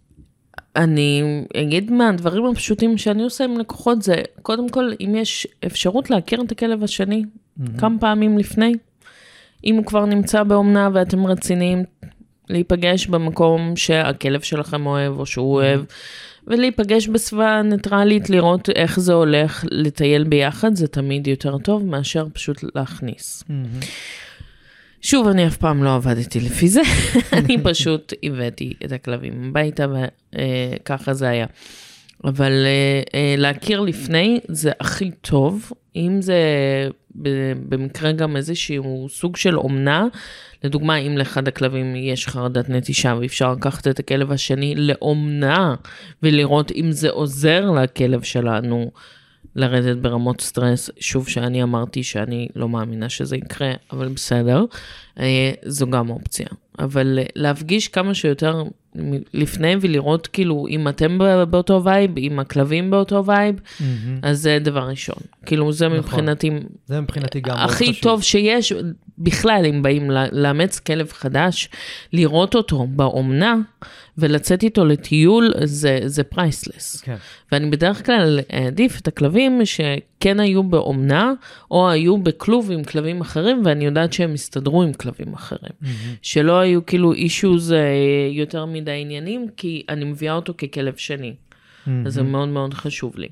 Speaker 2: אני אגיד מהדברים הפשוטים שאני עושה עם לקוחות, זה קודם כל, אם יש אפשרות להכיר את הכלב השני, mm-hmm. כמה פעמים לפני, אם הוא כבר נמצא באומנה ואתם רציניים, להיפגש במקום שהכלב שלכם אוהב או שהוא אוהב, ולהיפגש בסביבה ניטרלית, לראות איך זה הולך, לטייל ביחד, זה תמיד יותר טוב מאשר פשוט להכניס. Mm-hmm. שוב, אני אף פעם לא עבדתי לפי זה, אני פשוט הבאתי את הכלבים הביתה, וככה זה היה. אבל להכיר לפני זה הכי טוב, אם זה במקרה גם איזשהו סוג של אומנה, לדוגמה, אם לאחד הכלבים יש חרדת נטישה, ואפשר לקחת את הכלב השני לאומנה, ולראות אם זה עוזר לכלב שלנו, לרדת ברמות סטרס, שוב שאני אמרתי שאני לא מאמינה שזה יקרה, אבל בסדר, זו גם אופציה. אבל להפגיש כמה שיותר לפני ולראות כאילו אם אתם באותו וייב, אם הכלבים באותו וייב, אז זה דבר ראשון. כאילו זה מבחינתי,
Speaker 1: זה מבחינתי גם
Speaker 2: הכי טוב שיש, בכלל אם באים לאמץ כלב חדש, לראות אותו באומנה, ולצאת איתו לטיול, זה, זה פרייסלס. כן. ואני בדרך כלל עדיף את הכלבים שכן היו באומנה, או היו בכלוב עם כלבים אחרים, ואני יודעת שהם הסתדרו עם כלבים אחרים. Mm-hmm. שלא היו כאילו אישוז יותר מדי עניינים, כי אני מביאה אותו ככלב שני. Mm-hmm. אז זה מאוד מאוד חשוב לי.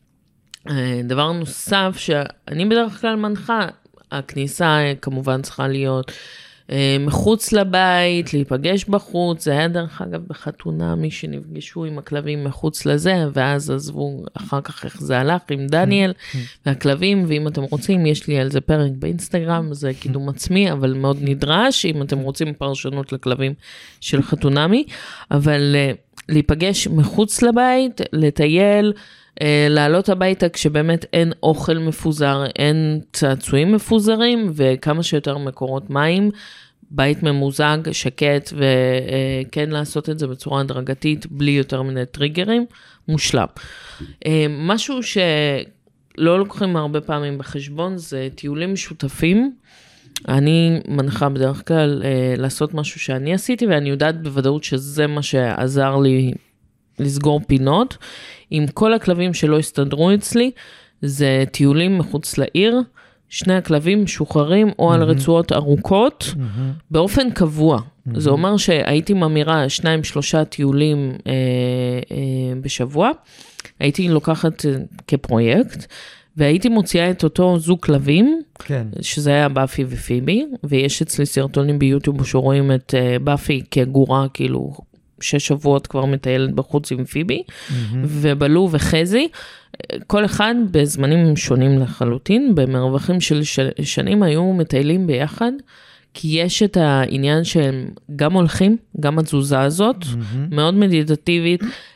Speaker 2: דבר נוסף שאני בדרך כלל מנחה, הכניסה כמובן צריכה להיות מחוץ לבית, להיפגש בחוץ, זה היה דרך אגב בחתונה, מי שנפגשו עם הכלבים מחוץ לזה, ואז עזבו אחר כך איך זה הלך עם דניאל והכלבים, ואם אתם רוצים, יש לי על זה פרק באינסטגרם, זה קידום עצמי, אבל מאוד נדרש, אם אתם רוצים פרשנות לכלבים של חתונמי, אבל להיפגש מחוץ לבית, לטייל, לעלות הביתה כשבאמת אין אוכל מפוזר, אין צעצועים מפוזרים, וכמה שיותר מקורות מים, בית ממוזג, שקט, וכן לעשות את זה בצורה הדרגתית, בלי יותר מיני טריגרים, מושלם. משהו שלא לוקחים הרבה פעמים בחשבון, זה טיולים משותפים. אני מנחה בדרך כלל לעשות משהו שאני עשיתי, ואני יודעת בוודאות שזה מה שעזר לי לסגור פינות. עם כל הכלבים שלא הסתדרו אצלי, זה טיולים מחוץ לעיר, שני הכלבים משוחררים או mm-hmm. על רצועות ארוכות, mm-hmm. באופן קבוע. Mm-hmm. זה אומר שהייתי ממירה שניים, שלושה טיולים אה, אה, בשבוע, הייתי לוקחת אה, כפרויקט, והייתי מוציאה את אותו זוג כלבים, כן. שזה היה באפי ופיבי, ויש אצלי סרטונים ביוטיוב שרואים את אה, באפי כגורה, כאילו, שש שבועות כבר מטיילת בחוץ עם פיבי, mm-hmm. ובלו וחזי, כל אחד בזמנים שונים לחלוטין, במרווחים של שנים היו מטיילים ביחד, כי יש את העניין שהם גם הולכים, גם התזוזה הזאת, mm-hmm. מאוד מדיטטיבית,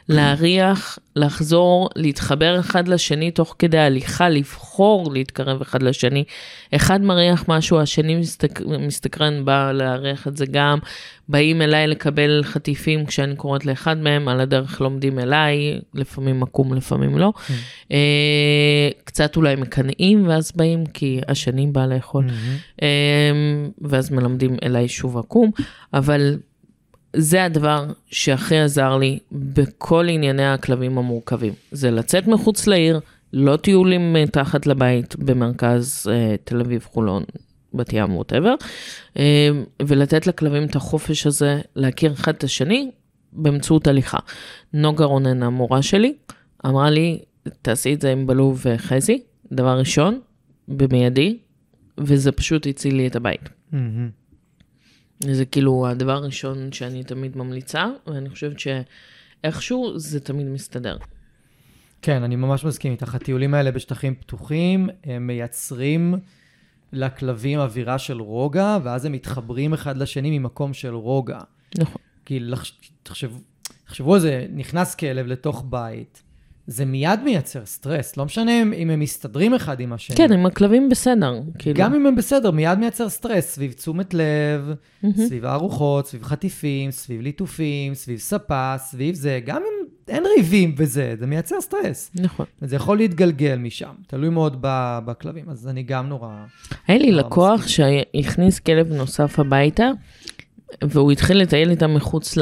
Speaker 2: להריח, לחזור, להתחבר אחד לשני, תוך כדי הליכה, לבחור להתקרב אחד לשני. אחד מריח משהו, השני מסתק... מסתקרן, בא להריח את זה גם. באים אליי לקבל חטיפים, כשאני קוראת לאחד מהם, על הדרך לומדים אליי, לפעמים מקום, לפעמים לא. Mm-hmm. קצת אולי מקנאים, ואז באים, כי השני בא לאכול. Mm-hmm. ואז מלמדים אליי שוב עקום, אבל... זה הדבר שהכי עזר לי בכל ענייני הכלבים המורכבים. זה לצאת מחוץ לעיר, לא טיולים תחת לבית במרכז אה, תל אביב, חולון, בת ים, whatever, אה, ולתת לכלבים את החופש הזה, להכיר אחד את השני באמצעות הליכה. נוגה רונן, המורה שלי, אמרה לי, תעשי את זה עם בלו וחזי, דבר ראשון, במיידי, וזה פשוט הציל לי את הבית. Mm-hmm. זה כאילו הדבר הראשון שאני תמיד ממליצה, ואני חושבת שאיכשהו זה תמיד מסתדר.
Speaker 1: כן, אני ממש מסכים איתך. הטיולים האלה בשטחים פתוחים, הם מייצרים לכלבים אווירה של רוגע, ואז הם מתחברים אחד לשני ממקום של רוגע.
Speaker 2: נכון.
Speaker 1: כי תחשבו, תחשבו על זה, נכנס כלב לתוך בית, זה מיד מייצר סטרס, לא משנה אם הם מסתדרים אחד עם השני.
Speaker 2: כן, עם הכלבים בסדר. כאילו.
Speaker 1: גם אם הם בסדר, מיד מייצר סטרס, סביב תשומת לב, mm-hmm. סביב הארוחות, סביב חטיפים, סביב ליטופים, סביב ספה, סביב זה, גם אם אין ריבים בזה, זה מייצר סטרס.
Speaker 2: נכון.
Speaker 1: זה יכול להתגלגל משם, תלוי מאוד בכלבים, אז אני גם נורא...
Speaker 2: היה לי לקוח שהכניס כלב נוסף הביתה, והוא התחיל לטייל איתם מחוץ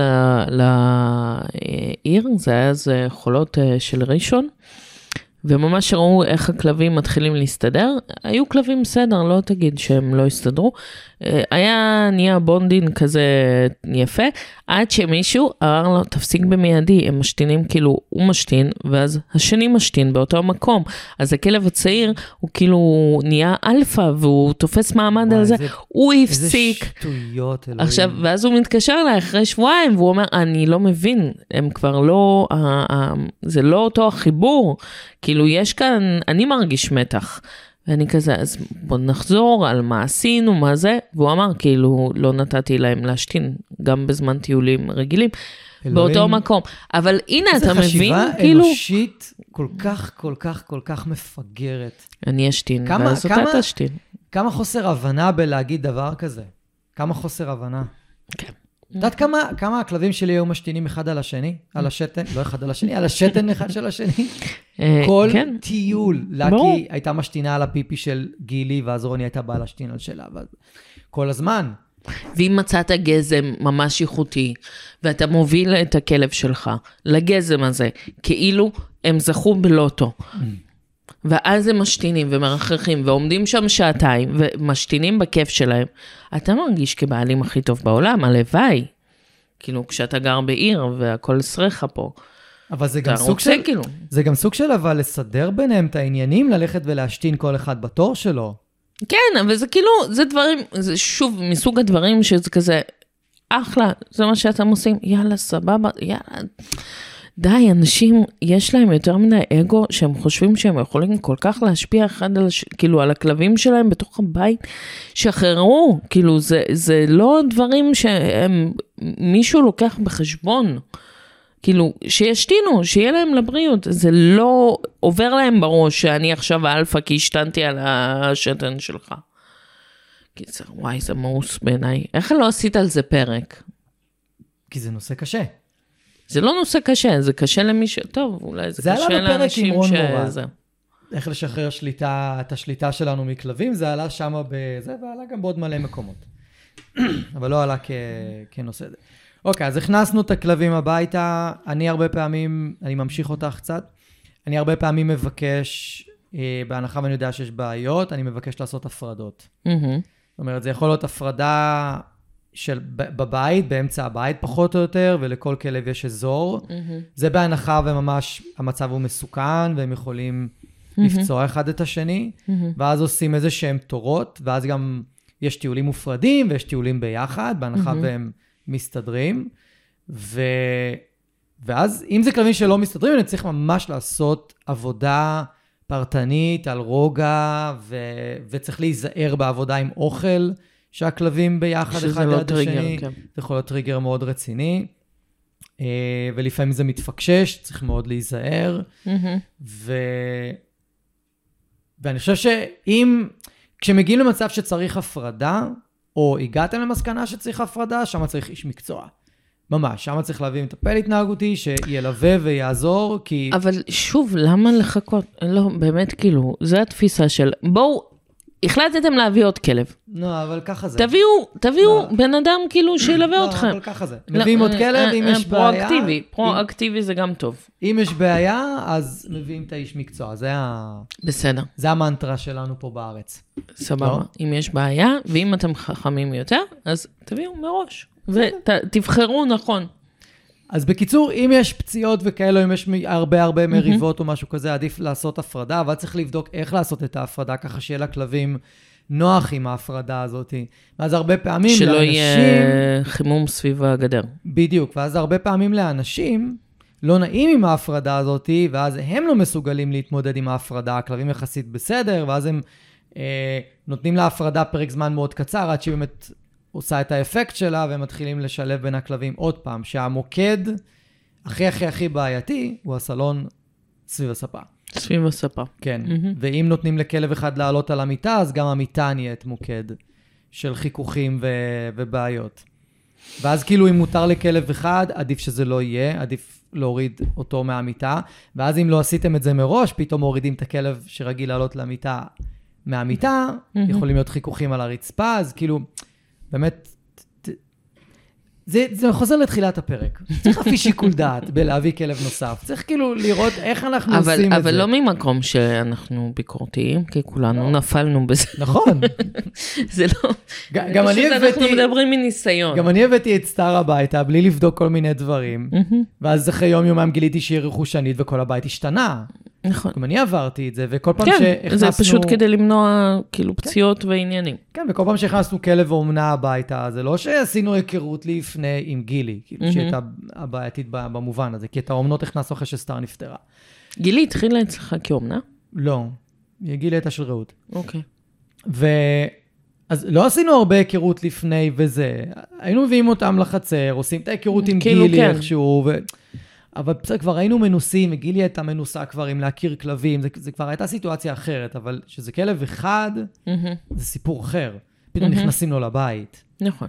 Speaker 2: לעיר, זה היה אז חולות של ראשון, וממש ראו איך הכלבים מתחילים להסתדר, היו כלבים בסדר, לא תגיד שהם לא הסתדרו, היה נהיה בונדין כזה יפה, עד שמישהו אמר לו, תפסיק במיידי, הם משתינים כאילו, הוא משתין, ואז השני משתין באותו מקום, אז הכלב הצעיר, הוא כאילו נהיה אלפא, והוא תופס מעמד על זה, הוא הפסיק.
Speaker 1: איזה שטויות, אלוהים.
Speaker 2: עכשיו, ואז הוא מתקשר אליי אחרי שבועיים, והוא אומר, אני לא מבין, הם כבר לא, זה לא אותו החיבור, כאילו יש כאן, אני מרגיש מתח, ואני כזה, אז בוא נחזור על מה עשינו, מה זה, והוא אמר, כאילו, לא נתתי להם להשתין, גם בזמן טיולים רגילים, אלוהים, באותו מקום. אבל הנה, אתה מבין, כאילו...
Speaker 1: זו חשיבה אנושית כל כך, כל כך, כל כך מפגרת.
Speaker 2: אני אשתין, ואז אותה תשתין.
Speaker 1: כמה חוסר הבנה בלהגיד דבר כזה? כמה חוסר הבנה?
Speaker 2: כן.
Speaker 1: יודעת כמה, כמה הכלבים שלי היו משתינים אחד על השני? על השתן, לא אחד על השני, על השתן אחד של השני? כל טיול. לקי הייתה משתינה על הפיפי של גילי, ואז רוני הייתה באה להשתין על שלה. כל הזמן.
Speaker 2: ואם מצאת גזם ממש איכותי, ואתה מוביל את הכלב שלך לגזם הזה, כאילו הם זכו בלוטו. ואז הם משתינים ומרחכים, ועומדים שם שעתיים, ומשתינים בכיף שלהם. אתה מרגיש כבעלים הכי טוב בעולם, הלוואי. כאילו, כשאתה גר בעיר, והכל שריך פה.
Speaker 1: אבל זה גם סוג של, כאילו. זה גם סוג של, אבל לסדר ביניהם את העניינים, ללכת ולהשתין כל אחד בתור שלו.
Speaker 2: כן, אבל זה כאילו, זה דברים, זה שוב, מסוג הדברים שזה כזה, אחלה, זה מה שאתם עושים, יאללה, סבבה, יאללה. די, אנשים, יש להם יותר מדי אגו, שהם חושבים שהם יכולים כל כך להשפיע אחד על, כאילו, על הכלבים שלהם בתוך הבית, שחררו, כאילו, זה, זה לא דברים שהם, מישהו לוקח בחשבון, כאילו, שישתינו, שיהיה להם לבריאות, זה לא עובר להם בראש, שאני עכשיו האלפא, כי השתנתי על השתן שלך. קיצר, וואי, זה מאוס בעיניי. איך לא עשית על זה פרק?
Speaker 1: כי זה נושא קשה.
Speaker 2: זה לא נושא קשה, זה קשה למי ש... טוב, אולי זה, זה קשה לאנשים ש... זה...
Speaker 1: איך לשחרר שליטה, את השליטה שלנו מכלבים, זה עלה שם בזה, ועלה גם בעוד מלא מקומות. אבל לא עלה כ... כנושא זה. אוקיי, אז הכנסנו את הכלבים הביתה, אני הרבה פעמים, אני ממשיך אותך קצת, אני הרבה פעמים מבקש, אה, בהנחה ואני יודע שיש בעיות, אני מבקש לעשות הפרדות. Mm-hmm. זאת אומרת, זה יכול להיות הפרדה של בבית, באמצע הבית פחות או יותר, ולכל כלב יש אזור. Mm-hmm. זה בהנחה וממש המצב הוא מסוכן, והם יכולים mm-hmm. לפצוע אחד את השני, mm-hmm. ואז עושים איזה שהם תורות, ואז גם יש טיולים מופרדים, ויש טיולים ביחד, בהנחה mm-hmm. והם מסתדרים, ו... ואז אם זה כלבים שלא מסתדרים, אני צריך ממש לעשות עבודה פרטנית על רוגע, ו... וצריך להיזהר בעבודה עם אוכל, שהכלבים ביחד אחד
Speaker 2: לא
Speaker 1: עד
Speaker 2: טריגר,
Speaker 1: השני,
Speaker 2: כן.
Speaker 1: זה יכול להיות טריגר מאוד רציני. ולפעמים זה מתפקשש, צריך מאוד להיזהר, ו... ואני חושב שאם, כשמגיעים למצב שצריך הפרדה, או הגעתם למסקנה שצריך הפרדה, שם צריך איש מקצוע. ממש, שם צריך להביא מטפל התנהגותי, שילווה ויעזור, כי...
Speaker 2: אבל שוב, למה לחכות? לא, באמת, כאילו, זו התפיסה של, בואו, החלטתם להביא עוד כלב.
Speaker 1: לא, אבל ככה זה.
Speaker 2: תביאו, תביאו בן אדם כאילו שילווה אתכם.
Speaker 1: לא, אבל ככה זה. מביאים עוד כלב, אם יש בעיה...
Speaker 2: פרואקטיבי, פרואקטיבי זה גם טוב.
Speaker 1: אם יש בעיה, אז מביאים את האיש מקצוע. זה ה...
Speaker 2: בסדר.
Speaker 1: זה המנטרה שלנו פה בארץ.
Speaker 2: סבבה. אם יש בעיה, ואם אתם חכמים יותר, אז תביאו מראש. ותבחרו נכון.
Speaker 1: אז בקיצור, אם יש פציעות וכאלו, אם יש הרבה הרבה מריבות או משהו כזה, עדיף לעשות הפרדה, אבל צריך לבדוק איך לעשות את ההפרדה, ככה שיהיה לכלבים נוח עם ההפרדה הזאת. ואז הרבה פעמים
Speaker 2: שלא
Speaker 1: לאנשים...
Speaker 2: יהיה חימום סביב הגדר.
Speaker 1: בדיוק, ואז הרבה פעמים לאנשים לא נעים עם ההפרדה הזאת, ואז הם לא מסוגלים להתמודד עם ההפרדה, הכלבים יחסית בסדר, ואז הם אה, נותנים להפרדה פרק זמן מאוד קצר, עד שהיא באמת... עושה את האפקט שלה, והם מתחילים לשלב בין הכלבים עוד פעם, שהמוקד הכי הכי הכי בעייתי, הוא הסלון סביב הספה.
Speaker 2: סביב הספה.
Speaker 1: כן, mm-hmm. ואם נותנים לכלב אחד לעלות על המיטה, אז גם המיטה נהיית מוקד של חיכוכים ו- ובעיות. ואז כאילו אם מותר לכלב אחד, עדיף שזה לא יהיה, עדיף להוריד אותו מהמיטה, ואז אם לא עשיתם את זה מראש, פתאום מורידים את הכלב שרגיל לעלות למיטה מהמיטה, mm-hmm. יכולים להיות חיכוכים על הרצפה, אז כאילו... באמת, זה, זה חוזר לתחילת הפרק. צריך להפעיל שיקול דעת בלהביא כלב נוסף. צריך כאילו לראות איך אנחנו
Speaker 2: אבל,
Speaker 1: עושים
Speaker 2: אבל
Speaker 1: את זה.
Speaker 2: אבל לא ממקום שאנחנו ביקורתיים, כי כולנו לא. נפלנו בזה.
Speaker 1: נכון.
Speaker 2: זה לא...
Speaker 1: ג, גם אני הבאתי...
Speaker 2: אנחנו מדברים מניסיון.
Speaker 1: גם אני הבאתי את סטאר הביתה, בלי לבדוק כל מיני דברים. ואז אחרי יום יומיים גיליתי שהיא רכושנית, וכל הבית השתנה.
Speaker 2: נכון.
Speaker 1: גם אני עברתי את זה, וכל פעם
Speaker 2: כן,
Speaker 1: שהכנסנו...
Speaker 2: זה פשוט כדי למנוע כאילו פציעות ועניינים.
Speaker 1: כן, וכל פעם שהכנסנו כלב ואומנה הביתה, זה לא שעשינו היכרות לפני עם גילי, כאילו שהייתה הבעייתית במובן הזה, כי את האומנות הכנסנו אחרי שסטאר נפטרה.
Speaker 2: גילי התחילה אצלך כאומנה?
Speaker 1: לא, גילי הייתה של רעות.
Speaker 2: אוקיי.
Speaker 1: ו... אז לא עשינו הרבה היכרות לפני וזה, היינו מביאים אותם לחצר, עושים את ההיכרות עם גילי איכשהו, ו... אבל בסדר, כבר היינו מנוסים, גילי הייתה מנוסה כבר עם להכיר כלבים, זה, זה כבר הייתה סיטואציה אחרת, אבל שזה כלב אחד, mm-hmm. זה סיפור אחר. פתאום mm-hmm. נכנסים לו לבית.
Speaker 2: נכון.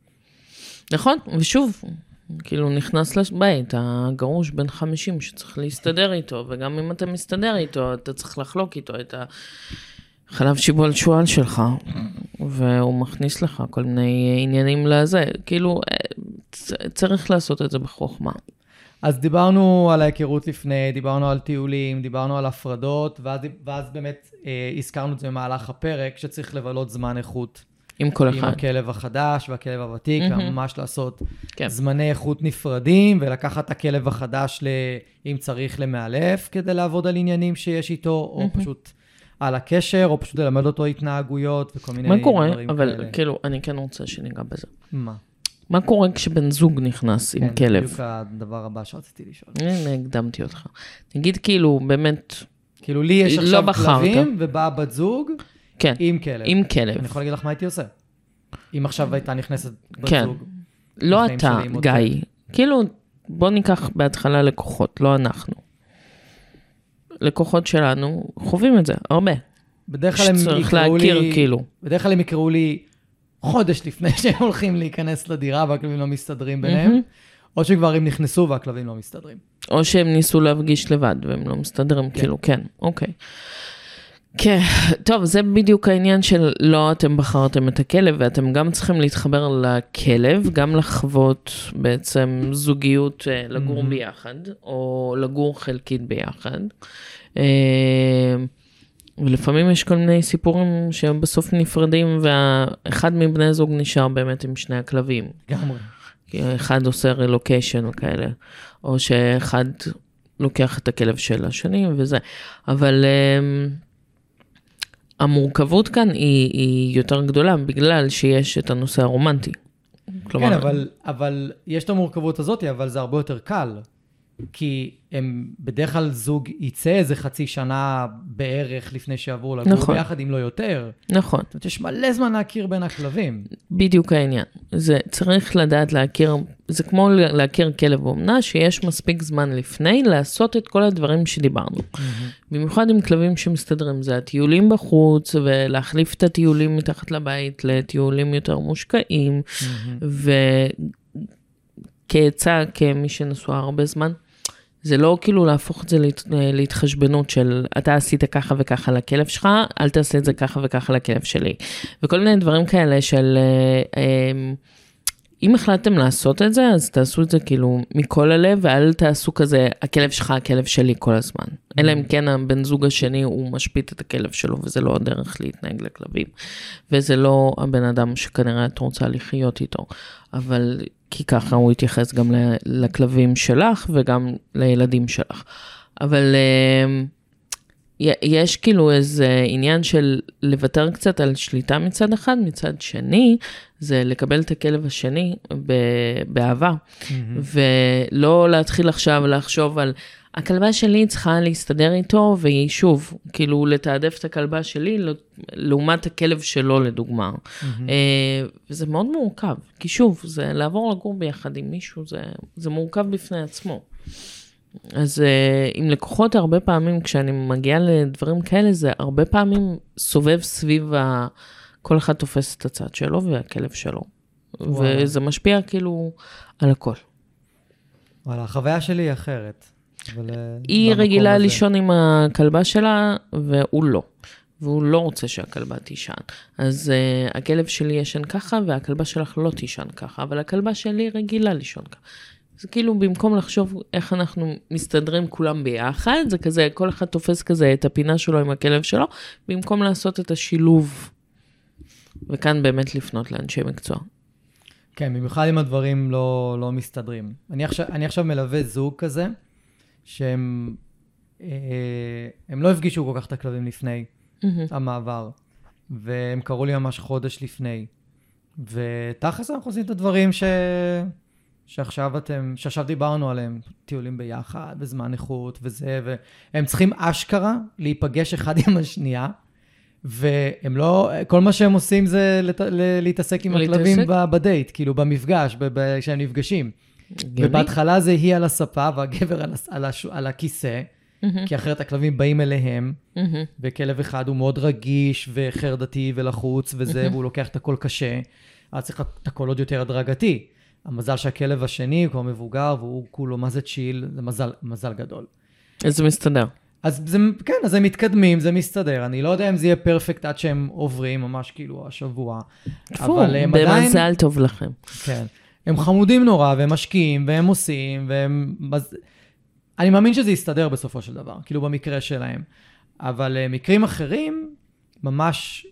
Speaker 2: נכון, ושוב, כאילו נכנס לבית, הגרוש בן חמישים שצריך להסתדר איתו, וגם אם אתה מסתדר איתו, אתה צריך לחלוק איתו את החלב שיבול שואל שלך, והוא מכניס לך כל מיני עניינים לזה. כאילו, צריך לעשות את זה בחוכמה.
Speaker 1: אז דיברנו על ההיכרות לפני, דיברנו על טיולים, דיברנו על הפרדות, ואז, ואז באמת אה, הזכרנו את זה במהלך הפרק, שצריך לבלות זמן איכות.
Speaker 2: עם כל אחד.
Speaker 1: עם הכלב החדש והכלב הוותיק, mm-hmm. וממש לעשות
Speaker 2: כן.
Speaker 1: זמני איכות נפרדים, ולקחת את הכלב החדש, ל, אם צריך, למאלף, כדי לעבוד על עניינים שיש איתו, או mm-hmm. פשוט על הקשר, או פשוט ללמד אותו התנהגויות, וכל מיני
Speaker 2: דברים כאלה.
Speaker 1: מה קורה?
Speaker 2: אבל כאלה. כאילו, אני כן רוצה שניגע בזה.
Speaker 1: מה?
Speaker 2: מה קורה כשבן זוג נכנס
Speaker 1: כן,
Speaker 2: עם כלב?
Speaker 1: בדיוק הדבר הבא שרציתי לשאול.
Speaker 2: הנה, הקדמתי אותך. נגיד כאילו, באמת...
Speaker 1: כאילו, לי יש עכשיו
Speaker 2: לא
Speaker 1: כלבים, ובאה בת זוג
Speaker 2: כן,
Speaker 1: עם כלב.
Speaker 2: עם כלב.
Speaker 1: אני יכול להגיד לך מה הייתי עושה. אם עכשיו הייתה נכנסת בת
Speaker 2: כן.
Speaker 1: זוג.
Speaker 2: לא אתה, גיא. כאילו, בוא ניקח בהתחלה לקוחות, לא אנחנו. לקוחות שלנו חווים את זה, הרבה.
Speaker 1: בדרך כלל הם
Speaker 2: שצריך
Speaker 1: יקראו
Speaker 2: להכיר,
Speaker 1: לי...
Speaker 2: כאילו.
Speaker 1: בדרך כלל הם יקראו לי... חודש לפני שהם הולכים להיכנס לדירה והכלבים לא מסתדרים ביניהם, או שכבר הם נכנסו והכלבים לא מסתדרים.
Speaker 2: או שהם ניסו להפגיש לבד והם לא מסתדרים, כאילו, כן, אוקיי. כן, טוב, זה בדיוק העניין של לא אתם בחרתם את הכלב, ואתם גם צריכים להתחבר לכלב, גם לחוות בעצם זוגיות לגור ביחד, או לגור חלקית ביחד. ולפעמים יש כל מיני סיפורים שהם בסוף נפרדים, ואחד מבני זוג נשאר באמת עם שני הכלבים.
Speaker 1: גמרי.
Speaker 2: אחד עושה רילוקיישן וכאלה, או שאחד לוקח את הכלב של השני וזה. אבל um, המורכבות כאן היא, היא יותר גדולה, בגלל שיש את הנושא הרומנטי.
Speaker 1: כלומר, כן, אבל, אבל יש את המורכבות הזאת, אבל זה הרבה יותר קל. כי הם בדרך כלל זוג יצא איזה חצי שנה בערך לפני שיעבור לגור
Speaker 2: נכון.
Speaker 1: ביחד, אם לא יותר.
Speaker 2: נכון.
Speaker 1: זאת אומרת, יש מלא זמן להכיר בין הכלבים.
Speaker 2: בדיוק העניין. זה צריך לדעת להכיר, זה כמו להכיר כלב אומנה, שיש מספיק זמן לפני לעשות את כל הדברים שדיברנו. Mm-hmm. במיוחד עם כלבים שמסתדרים, זה הטיולים בחוץ, ולהחליף את הטיולים מתחת לבית לטיולים יותר מושקעים, mm-hmm. וכעצה, כמי שנשואה הרבה זמן, זה לא כאילו להפוך את זה להת, להתחשבנות של אתה עשית ככה וככה לכלב שלך, אל תעשה את זה ככה וככה לכלב שלי. וכל מיני דברים כאלה של, אם החלטתם לעשות את זה, אז תעשו את זה כאילו מכל הלב, ואל תעשו כזה, הכלב שלך, הכלב שלי כל הזמן. Mm-hmm. אלא אם כן הבן זוג השני, הוא משפיט את הכלב שלו, וזה לא הדרך להתנהג לכלבים. וזה לא הבן אדם שכנראה את רוצה לחיות איתו. אבל כי ככה הוא יתייחס גם לכלבים שלך, וגם לילדים שלך. אבל יש כאילו איזה עניין של לוותר קצת על שליטה מצד אחד, מצד שני, זה לקבל את הכלב השני באהבה, mm-hmm. ולא להתחיל עכשיו לחשוב על, הכלבה שלי צריכה להסתדר איתו, והיא שוב, כאילו לתעדף את הכלבה שלי, לעומת הכלב שלו לדוגמה. Mm-hmm. וזה מאוד מורכב, כי שוב, זה לעבור לגור ביחד עם מישהו, זה, זה מורכב בפני עצמו. אז עם לקוחות הרבה פעמים, כשאני מגיעה לדברים כאלה, זה הרבה פעמים סובב סביב ה... כל אחד תופס את הצד שלו והכלב שלו. וואלה. וזה משפיע כאילו על הכל.
Speaker 1: וואלה, החוויה שלי היא אחרת. אבל
Speaker 2: היא רגילה הזה. לישון עם הכלבה שלה, והוא לא. והוא לא רוצה שהכלבה תישן. אז uh, הכלב שלי ישן ככה, והכלבה שלך לא תישן ככה, אבל הכלבה שלי רגילה לישון ככה. זה כאילו במקום לחשוב איך אנחנו מסתדרים כולם ביחד, זה כזה, כל אחד תופס כזה את הפינה שלו עם הכלב שלו, במקום לעשות את השילוב, וכאן באמת לפנות לאנשי מקצוע.
Speaker 1: כן, במיוחד אם הדברים לא, לא מסתדרים. אני עכשיו, אני עכשיו מלווה זוג כזה, שהם אה, הם לא הפגישו כל כך את הכלבים לפני mm-hmm. המעבר, והם קראו לי ממש חודש לפני. ותכלס אנחנו עושים את הדברים ש... שעכשיו אתם, שעכשיו דיברנו עליהם, טיולים ביחד, בזמן איכות וזה, והם צריכים אשכרה להיפגש אחד עם השנייה, והם לא, כל מה שהם עושים זה לת, להתעסק עם הכלבים בדייט, כאילו במפגש, כשהם נפגשים. ובהתחלה זה היא על הספה, והגבר על, על, על הכיסא, mm-hmm. כי אחרת הכלבים באים אליהם, mm-hmm. וכלב אחד הוא מאוד רגיש וחרדתי ולחוץ וזה, mm-hmm. והוא לוקח את הכל קשה, אז צריך את הכל עוד יותר הדרגתי. המזל שהכלב השני הוא כבר מבוגר, והוא כולו מה זה צ'יל, זה מזל, מזל גדול.
Speaker 2: אז זה מסתדר.
Speaker 1: אז זה, כן, אז הם מתקדמים, זה מסתדר. אני לא יודע אם זה יהיה פרפקט עד שהם עוברים, ממש כאילו השבוע.
Speaker 2: טפו, במזל עדיין, טוב לכם.
Speaker 1: כן. הם חמודים נורא, והם משקיעים, והם עושים, והם... אני מאמין שזה יסתדר בסופו של דבר, כאילו במקרה שלהם. אבל מקרים אחרים, ממש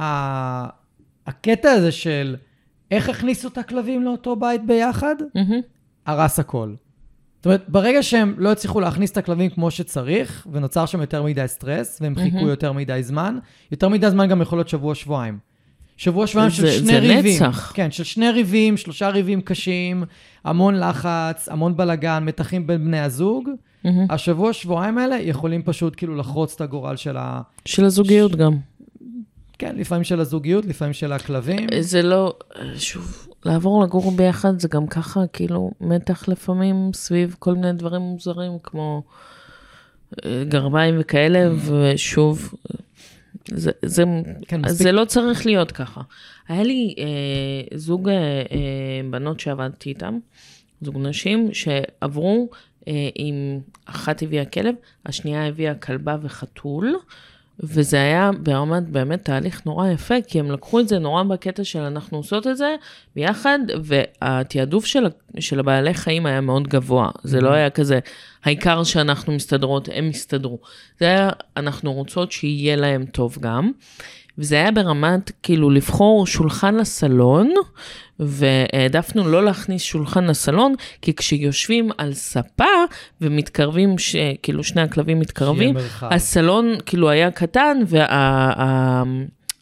Speaker 1: הקטע הזה של... איך הכניסו את הכלבים לאותו בית ביחד? Mm-hmm. הרס הכל. זאת אומרת, ברגע שהם לא הצליחו להכניס את הכלבים כמו שצריך, ונוצר שם יותר מדי סטרס, והם חיכו mm-hmm. יותר מדי זמן, יותר מדי זמן גם יכול להיות שבוע-שבועיים. שבוע-שבועיים של שני זה ריבים. נצח. כן, של שני ריבים, שלושה ריבים קשים, המון לחץ, המון בלגן, מתחים בין בני הזוג. Mm-hmm. השבוע-שבועיים האלה יכולים פשוט כאילו לחרוץ את הגורל של ה...
Speaker 2: של הזוגיות ש... גם.
Speaker 1: כן, לפעמים של הזוגיות, לפעמים של הכלבים.
Speaker 2: זה לא, שוב, לעבור לגור ביחד, זה גם ככה, כאילו, מתח לפעמים סביב כל מיני דברים מוזרים, כמו גרביים וכאלה, ושוב, זה, זה, כן, זה לא צריך להיות ככה. היה לי אה, זוג אה, בנות שעבדתי איתם, זוג נשים שעברו אה, עם אחת הביאה כלב, השנייה הביאה כלבה וחתול, וזה היה ברמת באמת תהליך נורא יפה, כי הם לקחו את זה נורא בקטע של אנחנו עושות את זה ביחד, והתיעדוף של, של הבעלי חיים היה מאוד גבוה. זה לא היה כזה, העיקר שאנחנו מסתדרות, הם מסתדרו. זה היה, אנחנו רוצות שיהיה להם טוב גם, וזה היה ברמת כאילו לבחור שולחן לסלון, והעדפנו לא להכניס שולחן לסלון, כי כשיושבים על ספה ומתקרבים, ש... כאילו שני הכלבים מתקרבים, הסלון כאילו היה קטן,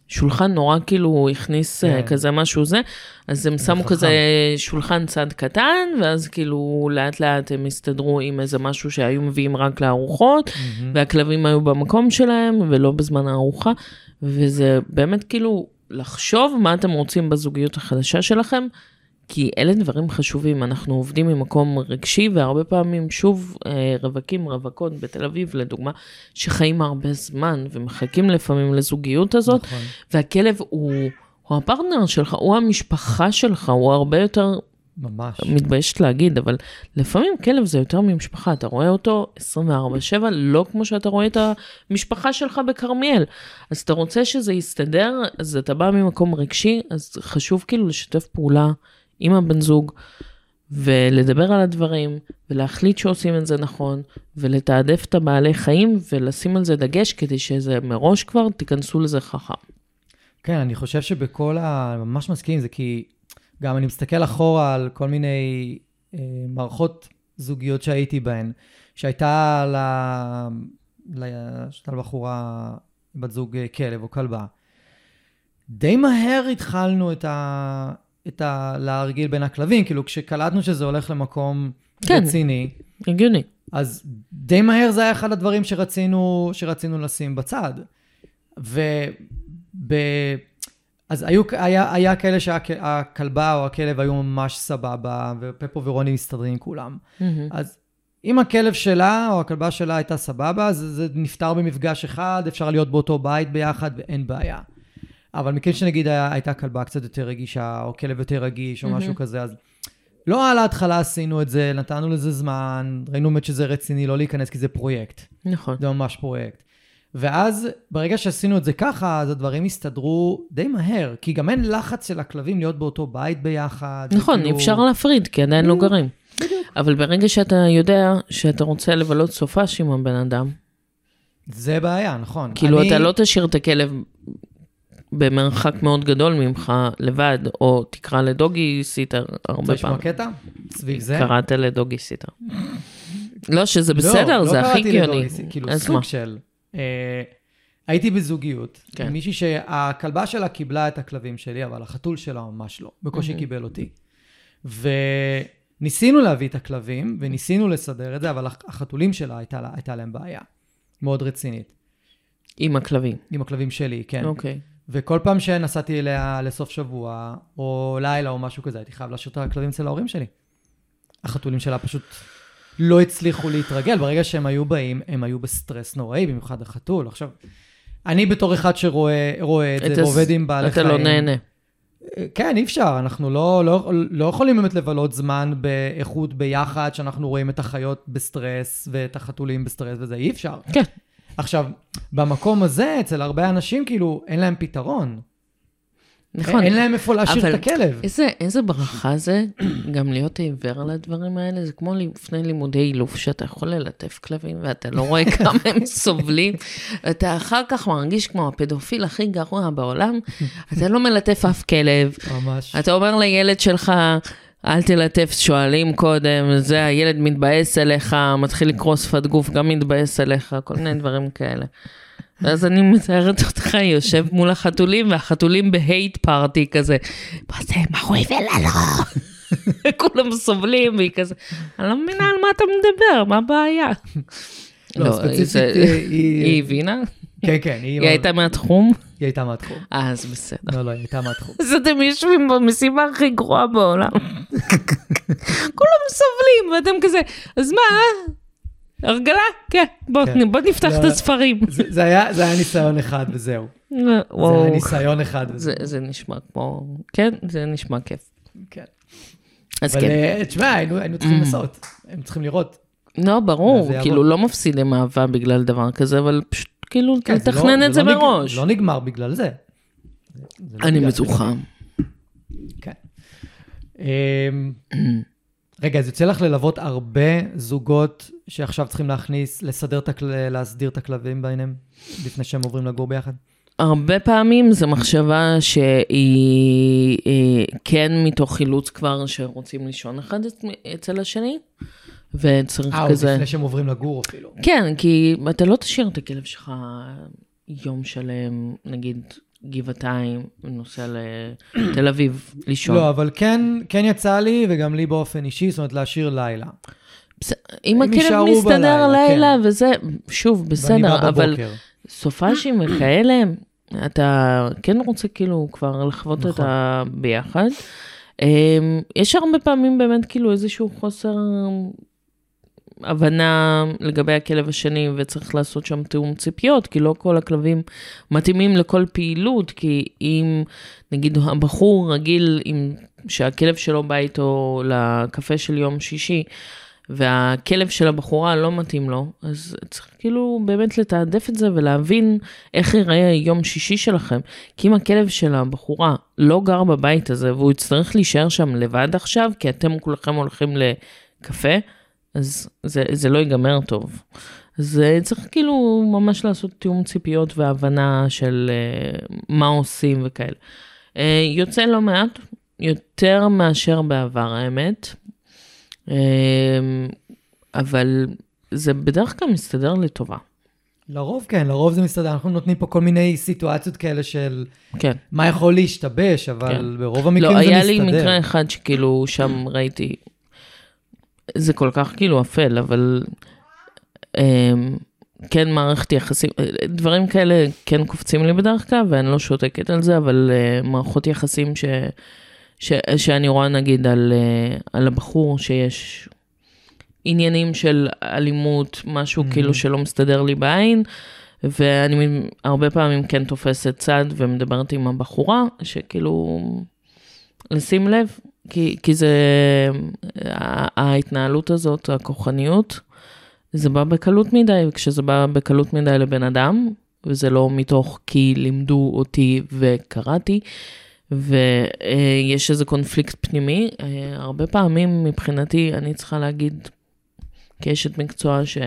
Speaker 2: שולחן נורא כאילו הוא הכניס
Speaker 1: כן.
Speaker 2: כזה משהו זה, אז הם שמו
Speaker 1: חכם.
Speaker 2: כזה שולחן צד קטן, ואז כאילו לאט לאט הם הסתדרו עם איזה משהו שהיו מביאים רק לארוחות,
Speaker 1: Mm-hmm.
Speaker 2: והכלבים היו במקום שלהם, ולא בזמן הארוחה, וזה באמת כאילו לחשוב מה אתם רוצים בזוגיות החדשה שלכם, כי אלה דברים חשובים, אנחנו עובדים ממקום רגשי, והרבה פעמים שוב רווקים, רווקות בתל אביב, לדוגמה, שחיים הרבה זמן, ומחכים לפעמים לזוגיות הזאת,
Speaker 1: נכון.
Speaker 2: והכלב הוא, הוא הפרטנר שלך, הוא המשפחה שלך, הוא הרבה יותר,
Speaker 1: ממש.
Speaker 2: מתביישת להגיד, אבל לפעמים כלב זה יותר ממשפחה, אתה רואה אותו עשרים וארבע שבע, לא כמו שאתה רואה את המשפחה שלך בקרמיאל, אז אתה רוצה שזה יסתדר, אז אתה בא ממקום רגשי, אז חשוב כאילו לשתף פעולה, עם הבן זוג, ולדבר על הדברים, ולהחליט שעושים את זה נכון, ולתעדף את הבעלי חיים, ולשים על זה דגש, כדי שזה מראש כבר תיכנסו לזה חכם.
Speaker 1: כן, אני חושב שבכל ה... ממש מסכים זה, כי גם אני מסתכל אחורה על כל מיני אה, מערכות זוגיות שהייתי בהן, שהייתה ל... ל... שהייתה לבחורה, בת זוג כלב או כלבה. די מהר התחלנו את ה... את ה... להרגיל בין הכלבים, כאילו כשקלטנו שזה הולך למקום
Speaker 2: כן,
Speaker 1: רציני.
Speaker 2: הגיוני.
Speaker 1: אז די מהר זה היה אחד הדברים שרצינו, שרצינו לשים בצד. וב... אז היו, היה, היה כאלה שהכלבה או הכלב היו ממש סבבה, ופפו ורוני מסתדרים עם כולם. Mm-hmm. אז אם הכלב שלה או הכלבה שלה הייתה סבבה, זה, זה נפטר במפגש אחד, אפשר להיות באותו בית ביחד ואין בעיה. אבל מכן שנגיד הייתה כלבה קצת יותר רגישה, או כלב יותר רגיש, או mm-hmm. משהו כזה, אז לא על ההתחלה עשינו את זה, נתנו לזה זמן, ראינו באמת שזה רציני, לא להיכנס כי זה פרויקט.
Speaker 2: נכון.
Speaker 1: זה ממש פרויקט. ואז ברגע שעשינו את זה ככה, אז הדברים הסתדרו די מהר, כי גם אין לחץ של הכלבים להיות באותו בית ביחד.
Speaker 2: נכון, אי אפשר להפריד, כי עדיין לא גרים.
Speaker 1: בדיוק.
Speaker 2: אבל ברגע שאתה יודע שאתה רוצה לבלות סופש עם הבן אדם,
Speaker 1: זה בעיה, נכון.
Speaker 2: כאילו
Speaker 1: אני...
Speaker 2: אתה לא תשאיר את הכלב במרחק מאוד גדול ממך לבד, או תקרא לדוגי סיטר הרבה פעמים.
Speaker 1: זה לשמוע קטע? סביב זה?
Speaker 2: קראת לדוגי סיטר. לא, שזה בסדר, זה הכי גיוני.
Speaker 1: כאילו סוג של... הייתי בזוגיות,
Speaker 2: כן.
Speaker 1: מישהי שהכלבה שלה קיבלה את הכלבים שלי, אבל החתול שלה ממש לא, בקושי קיבל אותי. וניסינו להביא את הכלבים, וניסינו לסדר את זה, אבל החתולים שלה הייתה, הייתה להם בעיה, מאוד רצינית.
Speaker 2: עם הכלבים?
Speaker 1: עם הכלבים שלי, כן.
Speaker 2: אוקיי.
Speaker 1: וכל פעם שנסעתי אליה לסוף שבוע, או לילה או משהו כזה, הייתי חייב להשאיר את הכלבים אצל ההורים שלי. החתולים שלה פשוט לא הצליחו להתרגל, ברגע שהם היו באים, הם היו בסטרס נוראי, במיוחד החתול. עכשיו, אני בתור אחד שרואה רואה את זה, ועובד עם בעלי חיים.
Speaker 2: אתה לא נהנה.
Speaker 1: כן, אי אפשר, אנחנו לא, לא, לא יכולים באמת לבלות זמן באיכות ביחד, שאנחנו רואים את החיות בסטרס, ואת החתולים בסטרס וזה, אי אפשר.
Speaker 2: כן.
Speaker 1: עכשיו, במקום הזה, אצל הרבה אנשים, כאילו, אין להם פתרון.
Speaker 2: נכון.
Speaker 1: אין להם איפה להשאיר את הכלב.
Speaker 2: איזה, איזה ברכה זה, גם להיות עיוור על הדברים האלה, זה כמו לפני לימודי אילוף, שאתה יכול ללטף כלבים, ואתה לא רואה כמה הם סובלים, אתה אחר כך מרגיש כמו הפדופיל הכי גרוע בעולם, אתה לא מלטף אף כלב,
Speaker 1: ממש.
Speaker 2: אתה אומר לילד שלך, אל תלטף, שואלים קודם, זה הילד מתבאס אליך, מתחיל לקרוא שפת גוף, גם מתבאס אליך, כל מיני דברים כאלה. ואז אני מתארת אותך, יושב מול החתולים, והחתולים בהייט פארטי כזה, מה זה, מה הוא הביא לנו? כולם סובלים, והיא כזה, אני לא מבינה על מה אתה מדבר, מה הבעיה?
Speaker 1: לא, ספציפית,
Speaker 2: היא הבינה?
Speaker 1: כן, כן.
Speaker 2: היא הייתה מהתחום?
Speaker 1: היא הייתה מהתחום.
Speaker 2: אה, אז בסדר.
Speaker 1: לא, לא, היא הייתה מהתחום.
Speaker 2: אז אתם יושבים במסיבה הכי גרועה בעולם. כולם סובלים, ואתם כזה, אז מה? הרגלה? כן, בוא נפתח את הספרים.
Speaker 1: זה היה ניסיון אחד וזהו. זה היה ניסיון אחד וזהו.
Speaker 2: זה נשמע כמו, כן, זה נשמע כיף.
Speaker 1: כן.
Speaker 2: אז כן.
Speaker 1: אבל תשמע, היינו צריכים לעשות, היינו צריכים לראות.
Speaker 2: לא, ברור, כאילו לא מפסיד למאהבה בגלל דבר כזה, אבל פשוט כאילו לתכנן את זה מראש.
Speaker 1: לא נגמר בגלל זה.
Speaker 2: אני מזוכם.
Speaker 1: כן. רגע, אז יוצא לך ללוות הרבה זוגות שעכשיו צריכים להכניס, לסדר, להסדיר את הכלבים ביניהם, לפני שהם עוברים לגור ביחד?
Speaker 2: הרבה פעמים זו מחשבה שהיא כן מתוך חילוץ כבר שרוצים לישון אחד אצל השני, וצריך
Speaker 1: אה,
Speaker 2: כזה...
Speaker 1: אה, לפני שהם עוברים לגור אפילו.
Speaker 2: כן, כי אתה לא תשאיר את הכלב שלך יום שלם, נגיד, גבעתיים, נוסע לתל אביב לישון.
Speaker 1: לא, אבל כן, כן יצא לי, וגם לי באופן אישי, זאת אומרת להשאיר לילה.
Speaker 2: אם הכלב מסתדר לילה, וזה, שוב, בסדר, אבל סופאשים וכאלה, אתה כן רוצה כאילו כבר לחוות את הביחד. יש הרבה פעמים באמת כאילו איזשהו חוסר הבנה לגבי הכלב השני, וצריך לעשות שם תיאום ציפיות, כי לא כל הכלבים מתאימים לכל פעילות, כי אם נגיד הבחור רגיל, עם, שהכלב שלו בא איתו לקפה של יום שישי, והכלב של הבחורה לא מתאים לו, אז צריך כאילו באמת לתעדף את זה, ולהבין איך ייראה יום שישי שלכם, כי אם הכלב של הבחורה לא גר בבית הזה, והוא יצטרך להישאר שם לבד עכשיו, כי אתם כולכם הולכים לקפה, אז זה, זה לא ייגמר טוב. אז צריך כאילו ממש לעשות תיאום ציפיות והבנה של uh, מה עושים וכאלה. Uh, יוצא לא מעט, יותר מאשר בעבר האמת, uh, אבל זה בדרך כלל מסתדר לטובה.
Speaker 1: לרוב כן, לרוב זה מסתדר. אנחנו נותנים פה כל מיני סיטואציות כאלה של
Speaker 2: כן.
Speaker 1: מה יכול להשתבש, אבל כן. ברוב המקרים
Speaker 2: לא,
Speaker 1: זה מסתדר.
Speaker 2: לא, היה לי מקרה אחד שכאילו שם ראיתי, זה כל כך כאילו אפל, אבל כן מערכת יחסים, דברים כאלה כן קופצים לי בדרך כלל, ואני לא שותקת על זה, אבל מערכות יחסים ש, ש, שאני רואה נגיד על, על הבחור שיש עניינים של אלימות, משהו mm-hmm. כאילו שלא מסתדר לי בעין, ואני הרבה פעמים כן תופסת צד ומדברת עם הבחורה, שכאילו לשים לב, כי, כי זה, ההתנהלות הזאת, הכוחניות, זה בא בקלות מדי, וכשזה בא בקלות מדי לבן אדם, וזה לא מתוך כי לימדו אותי וקראתי, ויש איזה קונפליקט פנימי, הרבה פעמים מבחינתי אני צריכה להגיד, כאשת מקצוע ש...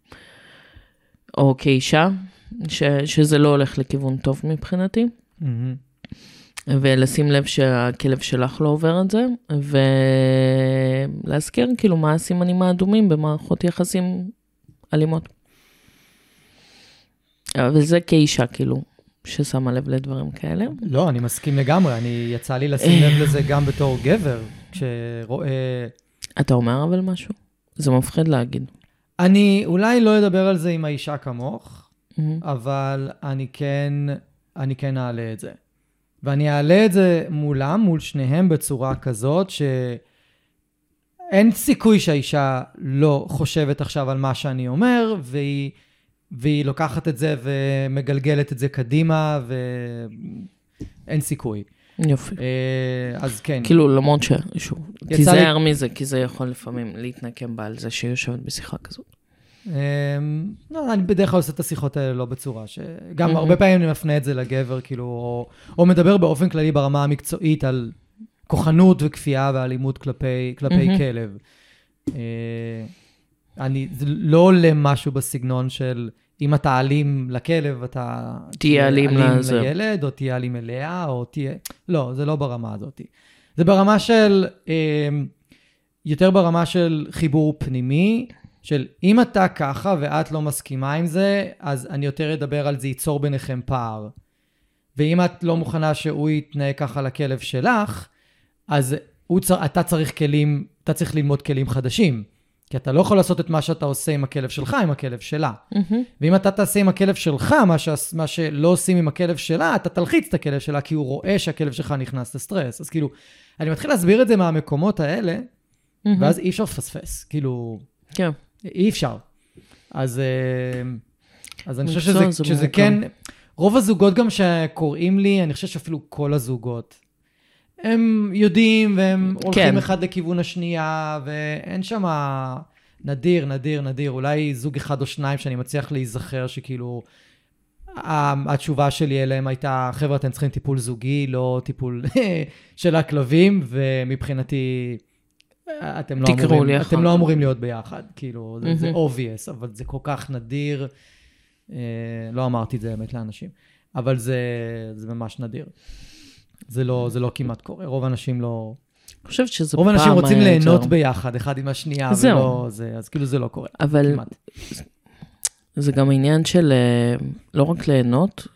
Speaker 2: או כאישה, ש... שזה לא הולך לכיוון טוב מבחינתי, mm-hmm. ולשים לב שהכלב שלך לא עובר את זה, ולהזכיר כאילו מה הסימנים האדומים במערכות יחסים אלימות. אבל זה כאישה כאילו, ששמה לב לדברים כאלה.
Speaker 1: לא, אני מסכים לגמרי, אני יצא לי לשים לב לזה גם בתור גבר, כשרואה...
Speaker 2: אתה אומר אבל משהו? זה מפחיד להגיד.
Speaker 1: אני אולי לא אדבר על זה עם האישה כמוך, mm-hmm. אבל אני כן, אני כן אעלה את זה. ואני אעלה את זה מולם, מול שניהם בצורה כזאת, שאין סיכוי שהאישה לא חושבת עכשיו על מה שאני אומר, והיא, והיא לוקחת את זה ומגלגלת את זה קדימה, ואין סיכוי.
Speaker 2: יופי.
Speaker 1: אז כן.
Speaker 2: כאילו, למרות ששוב, תיזהר מזה, כי זה יכול לפעמים להתנקם בה על זה שיושבת בשיחה כזאת.
Speaker 1: לא, אני בדרך כלל עושה את השיחות האלה לא בצורה, שגם הרבה פעמים אני מפנה את זה לגבר, כאילו, או מדבר באופן כללי ברמה המקצועית על כוחנות וכפייה ואלימות כלפי כלב. אני, זה לא עולה משהו בסגנון של, אם אתה אלים לכלב, אתה
Speaker 2: תהיה אלים
Speaker 1: לילד, או תהיה אלים אליה, או תהיה... לא, זה לא ברמה הזאת. זה ברמה של, יותר ברמה של חיבור פנימי, של אם אתה ככה ואת לא מסכימה עם זה, אז אני יותר אדבר על זה, ייצור ביניכם פער. ואם את לא מוכנה שהוא יתנהג ככה לכלב שלך, אז הוא, אתה צריך כלים, אתה צריך ללמוד כלים חדשים. כי אתה לא יכול לעשות את מה שאתה עושה עם הכלב שלך, עם הכלב שלה. Mm-hmm. ואם אתה תעשה עם הכלב שלך, מה, ש... מה שלא עושים עם הכלב שלה, אתה תלחיץ את הכלב שלה, כי הוא רואה שהכלב שלך נכנס לסטרס. אז כאילו, אני מתחיל להסביר את זה מהמקומות האלה, mm-hmm. ואז אי אפשר לפספס. כאילו,
Speaker 2: כן.
Speaker 1: אי אפשר. אז, אז אני חושב שזה, שזה כן, רוב הזוגות גם שקוראים לי, אני חושב שאפילו כל הזוגות, הם יודעים והם הולכים כן. אחד לכיוון השנייה, ואין שם נדיר, נדיר, נדיר, אולי זוג אחד או שניים שאני מצליח להיזכר שכאילו, התשובה שלי אליהם הייתה, חבר'ה, אתם צריכים טיפול זוגי, לא טיפול של הכלבים, ומבחינתי, אתם, לא אמורים, אתם לא אמורים להיות ביחד, כאילו, זה, זה obvious, אבל זה כל כך נדיר, לא אמרתי את זה באמת לאנשים, אבל זה, זה ממש נדיר. זה לא, זה לא כמעט קורה. רוב האנשים לא...
Speaker 2: אני חושבת שזה
Speaker 1: רוב האנשים רוצים ליהנות ביחד, אחד עם השנייה, ולא זה, אז כאילו זה לא קורה.
Speaker 2: אבל
Speaker 1: כמעט.
Speaker 2: זה גם העניין של לא רק ליהנות,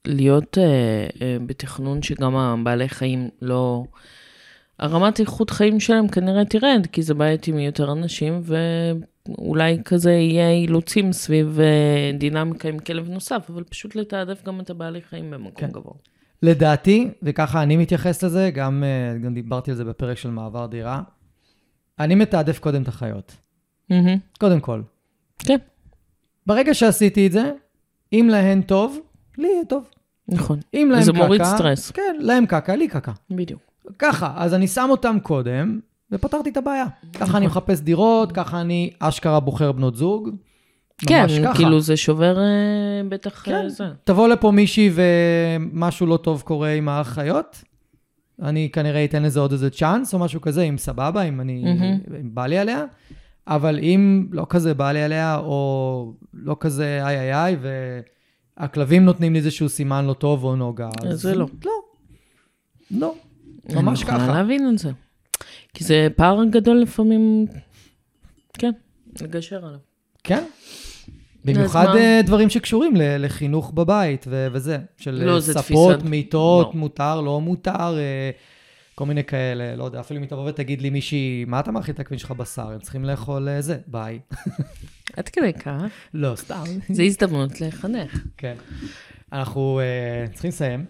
Speaker 2: להיות אה, אה, בתכנון שגם הבעלי חיים לא... הרמת איכות חיים שלהם כנראה תירד, כי זה בעייתי מיותר אנשים, ואולי כזה יהיה אילוצים סביב אה, דינמיקה עם כלב נוסף, אבל פשוט לתעדף גם את הבעלי חיים במקום כן. גבוה.
Speaker 1: לדעתי, וככה אני מתייחס לזה, גם, גם דיברתי על זה בפרק של מעבר דירה, אני מתעדף קודם את החיות. Mm-hmm. קודם כל.
Speaker 2: כן.
Speaker 1: ברגע שעשיתי את זה, אם להן טוב, לי יהיה טוב.
Speaker 2: נכון.
Speaker 1: אם להם
Speaker 2: זה
Speaker 1: קקה,
Speaker 2: מוריד סטרס.
Speaker 1: כן, להם קקה, לי קקה.
Speaker 2: בדיוק.
Speaker 1: ככה, אז אני שם אותם קודם, ופתרתי את הבעיה. ככה אני מחפש דירות, ככה אני אשכרה בוחר בנות זוג.
Speaker 2: כן, כאילו זה שובר בטח
Speaker 1: כן.
Speaker 2: זה.
Speaker 1: תבוא לפה מישהי ומשהו לא טוב קורה עם החיות, אני כנראה אתן לזה עוד איזה צ'אנס או משהו כזה, אם סבבה, אם אני, אם בא לי עליה, אבל אם לא כזה בא לי עליה, או לא כזה איי איי איי, והכלבים נותנים לי איזשהו סימן לא טוב או נוגע,
Speaker 2: אז זה לא.
Speaker 1: לא. לא. ממש ככה.
Speaker 2: אני יכולה להבין את זה. כי זה פער גדול לפעמים, כן, לגשר עליו.
Speaker 1: כן. במיוחד דברים שקשורים לחינוך בבית וזה, של ספות, מיטות, מותר, לא מותר, כל מיני כאלה, לא יודע, אפילו אם תבוא ותגיד לי מישהי, מה אתה מאכיל את הכביש שלך בשר? הם צריכים לאכול זה, ביי.
Speaker 2: עד כדי כך?
Speaker 1: לא, סתם.
Speaker 2: זה הזדמנות לחנך.
Speaker 1: כן. אנחנו צריכים לסיים.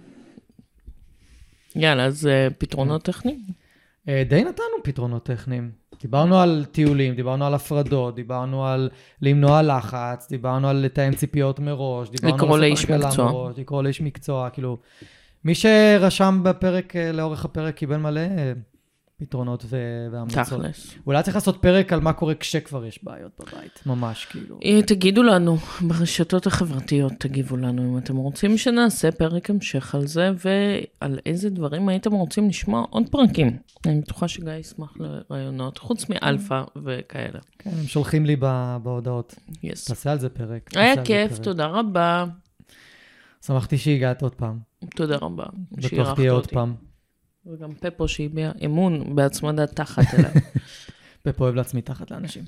Speaker 2: יאללה, אז פתרונות טכניים?
Speaker 1: די נתנו פתרונות טכניים. דיברנו על טיולים, דיברנו על הפרדות, דיברנו על למנוע לחץ, דיברנו על לתאם ציפיות מראש,
Speaker 2: לקרוא לאיש מקצוע.
Speaker 1: מראש, לקרוא לאיש מקצוע, כאילו, מי שרשם בפרק, לאורך הפרק, קיבל מלא פתרונות והמלצות.
Speaker 2: תכלס.
Speaker 1: אולי צריך לעשות פרק על מה קורה כשכבר יש בעיות בבית, ממש כאילו.
Speaker 2: תגידו לנו, ברשתות החברתיות תגיבו לנו, אם אתם רוצים שנעשה פרק המשך על זה, ועל איזה דברים הייתם רוצים לשמוע עוד פרקים. אני בטוחה שגיא ישמח לרעיונות, חוץ מאלפא וכאלה.
Speaker 1: כן, הם שולחים לי בהודעות.
Speaker 2: Yes.
Speaker 1: תעשה על זה פרק.
Speaker 2: היה כיף, תודה רבה.
Speaker 1: שמחתי שהגעת עוד פעם.
Speaker 2: תודה רבה.
Speaker 1: בטוח תהיה עוד פעם.
Speaker 2: וגם פפו שהביע אמון בהצמדת תחת אליי.
Speaker 1: פפו אוהב לעצמי תחת לאנשים.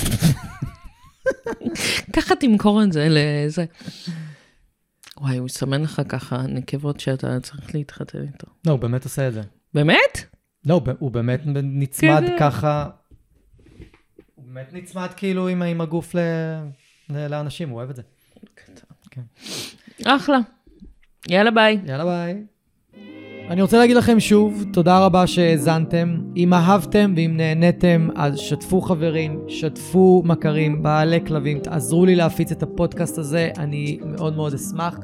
Speaker 2: ככה תמכור את זה לזה. וואי, הוא יסמן לך ככה נקבות שאתה צריך להתחתן איתו.
Speaker 1: לא, הוא באמת עושה את זה.
Speaker 2: באמת?
Speaker 1: לא, הוא באמת נצמד ככה, הוא באמת נצמד כאילו עם הגוף לאנשים, הוא אוהב את זה.
Speaker 2: אחלה. יאללה ביי.
Speaker 1: יאללה ביי. אני רוצה להגיד לכם שוב, תודה רבה שהאזנתם. אם אהבתם ואם נהניתם, אז שתפו חברים, שתפו מכרים, בעלי כלבים, תעזרו לי להפיץ את הפודקאסט הזה, אני מאוד מאוד אשמח.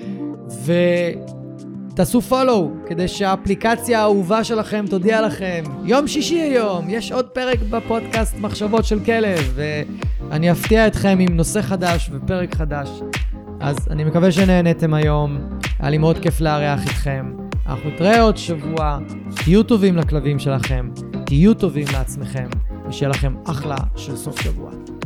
Speaker 1: ותעשו פולו, כדי שהאפליקציה האהובה שלכם תודיע לכם. יום שישי היום, יש עוד פרק בפודקאסט מחשבות של כלב, ואני אפתיע אתכם עם נושא חדש ופרק חדש. אז אני מקווה שנהניתם היום, היה לי מאוד כיף לארח איתכם. אנחנו נתראה עוד שבוע, תהיו טובים לכלבים שלכם, תהיו טובים לעצמכם, ושיהיה לכם אחלה של סוף שבוע.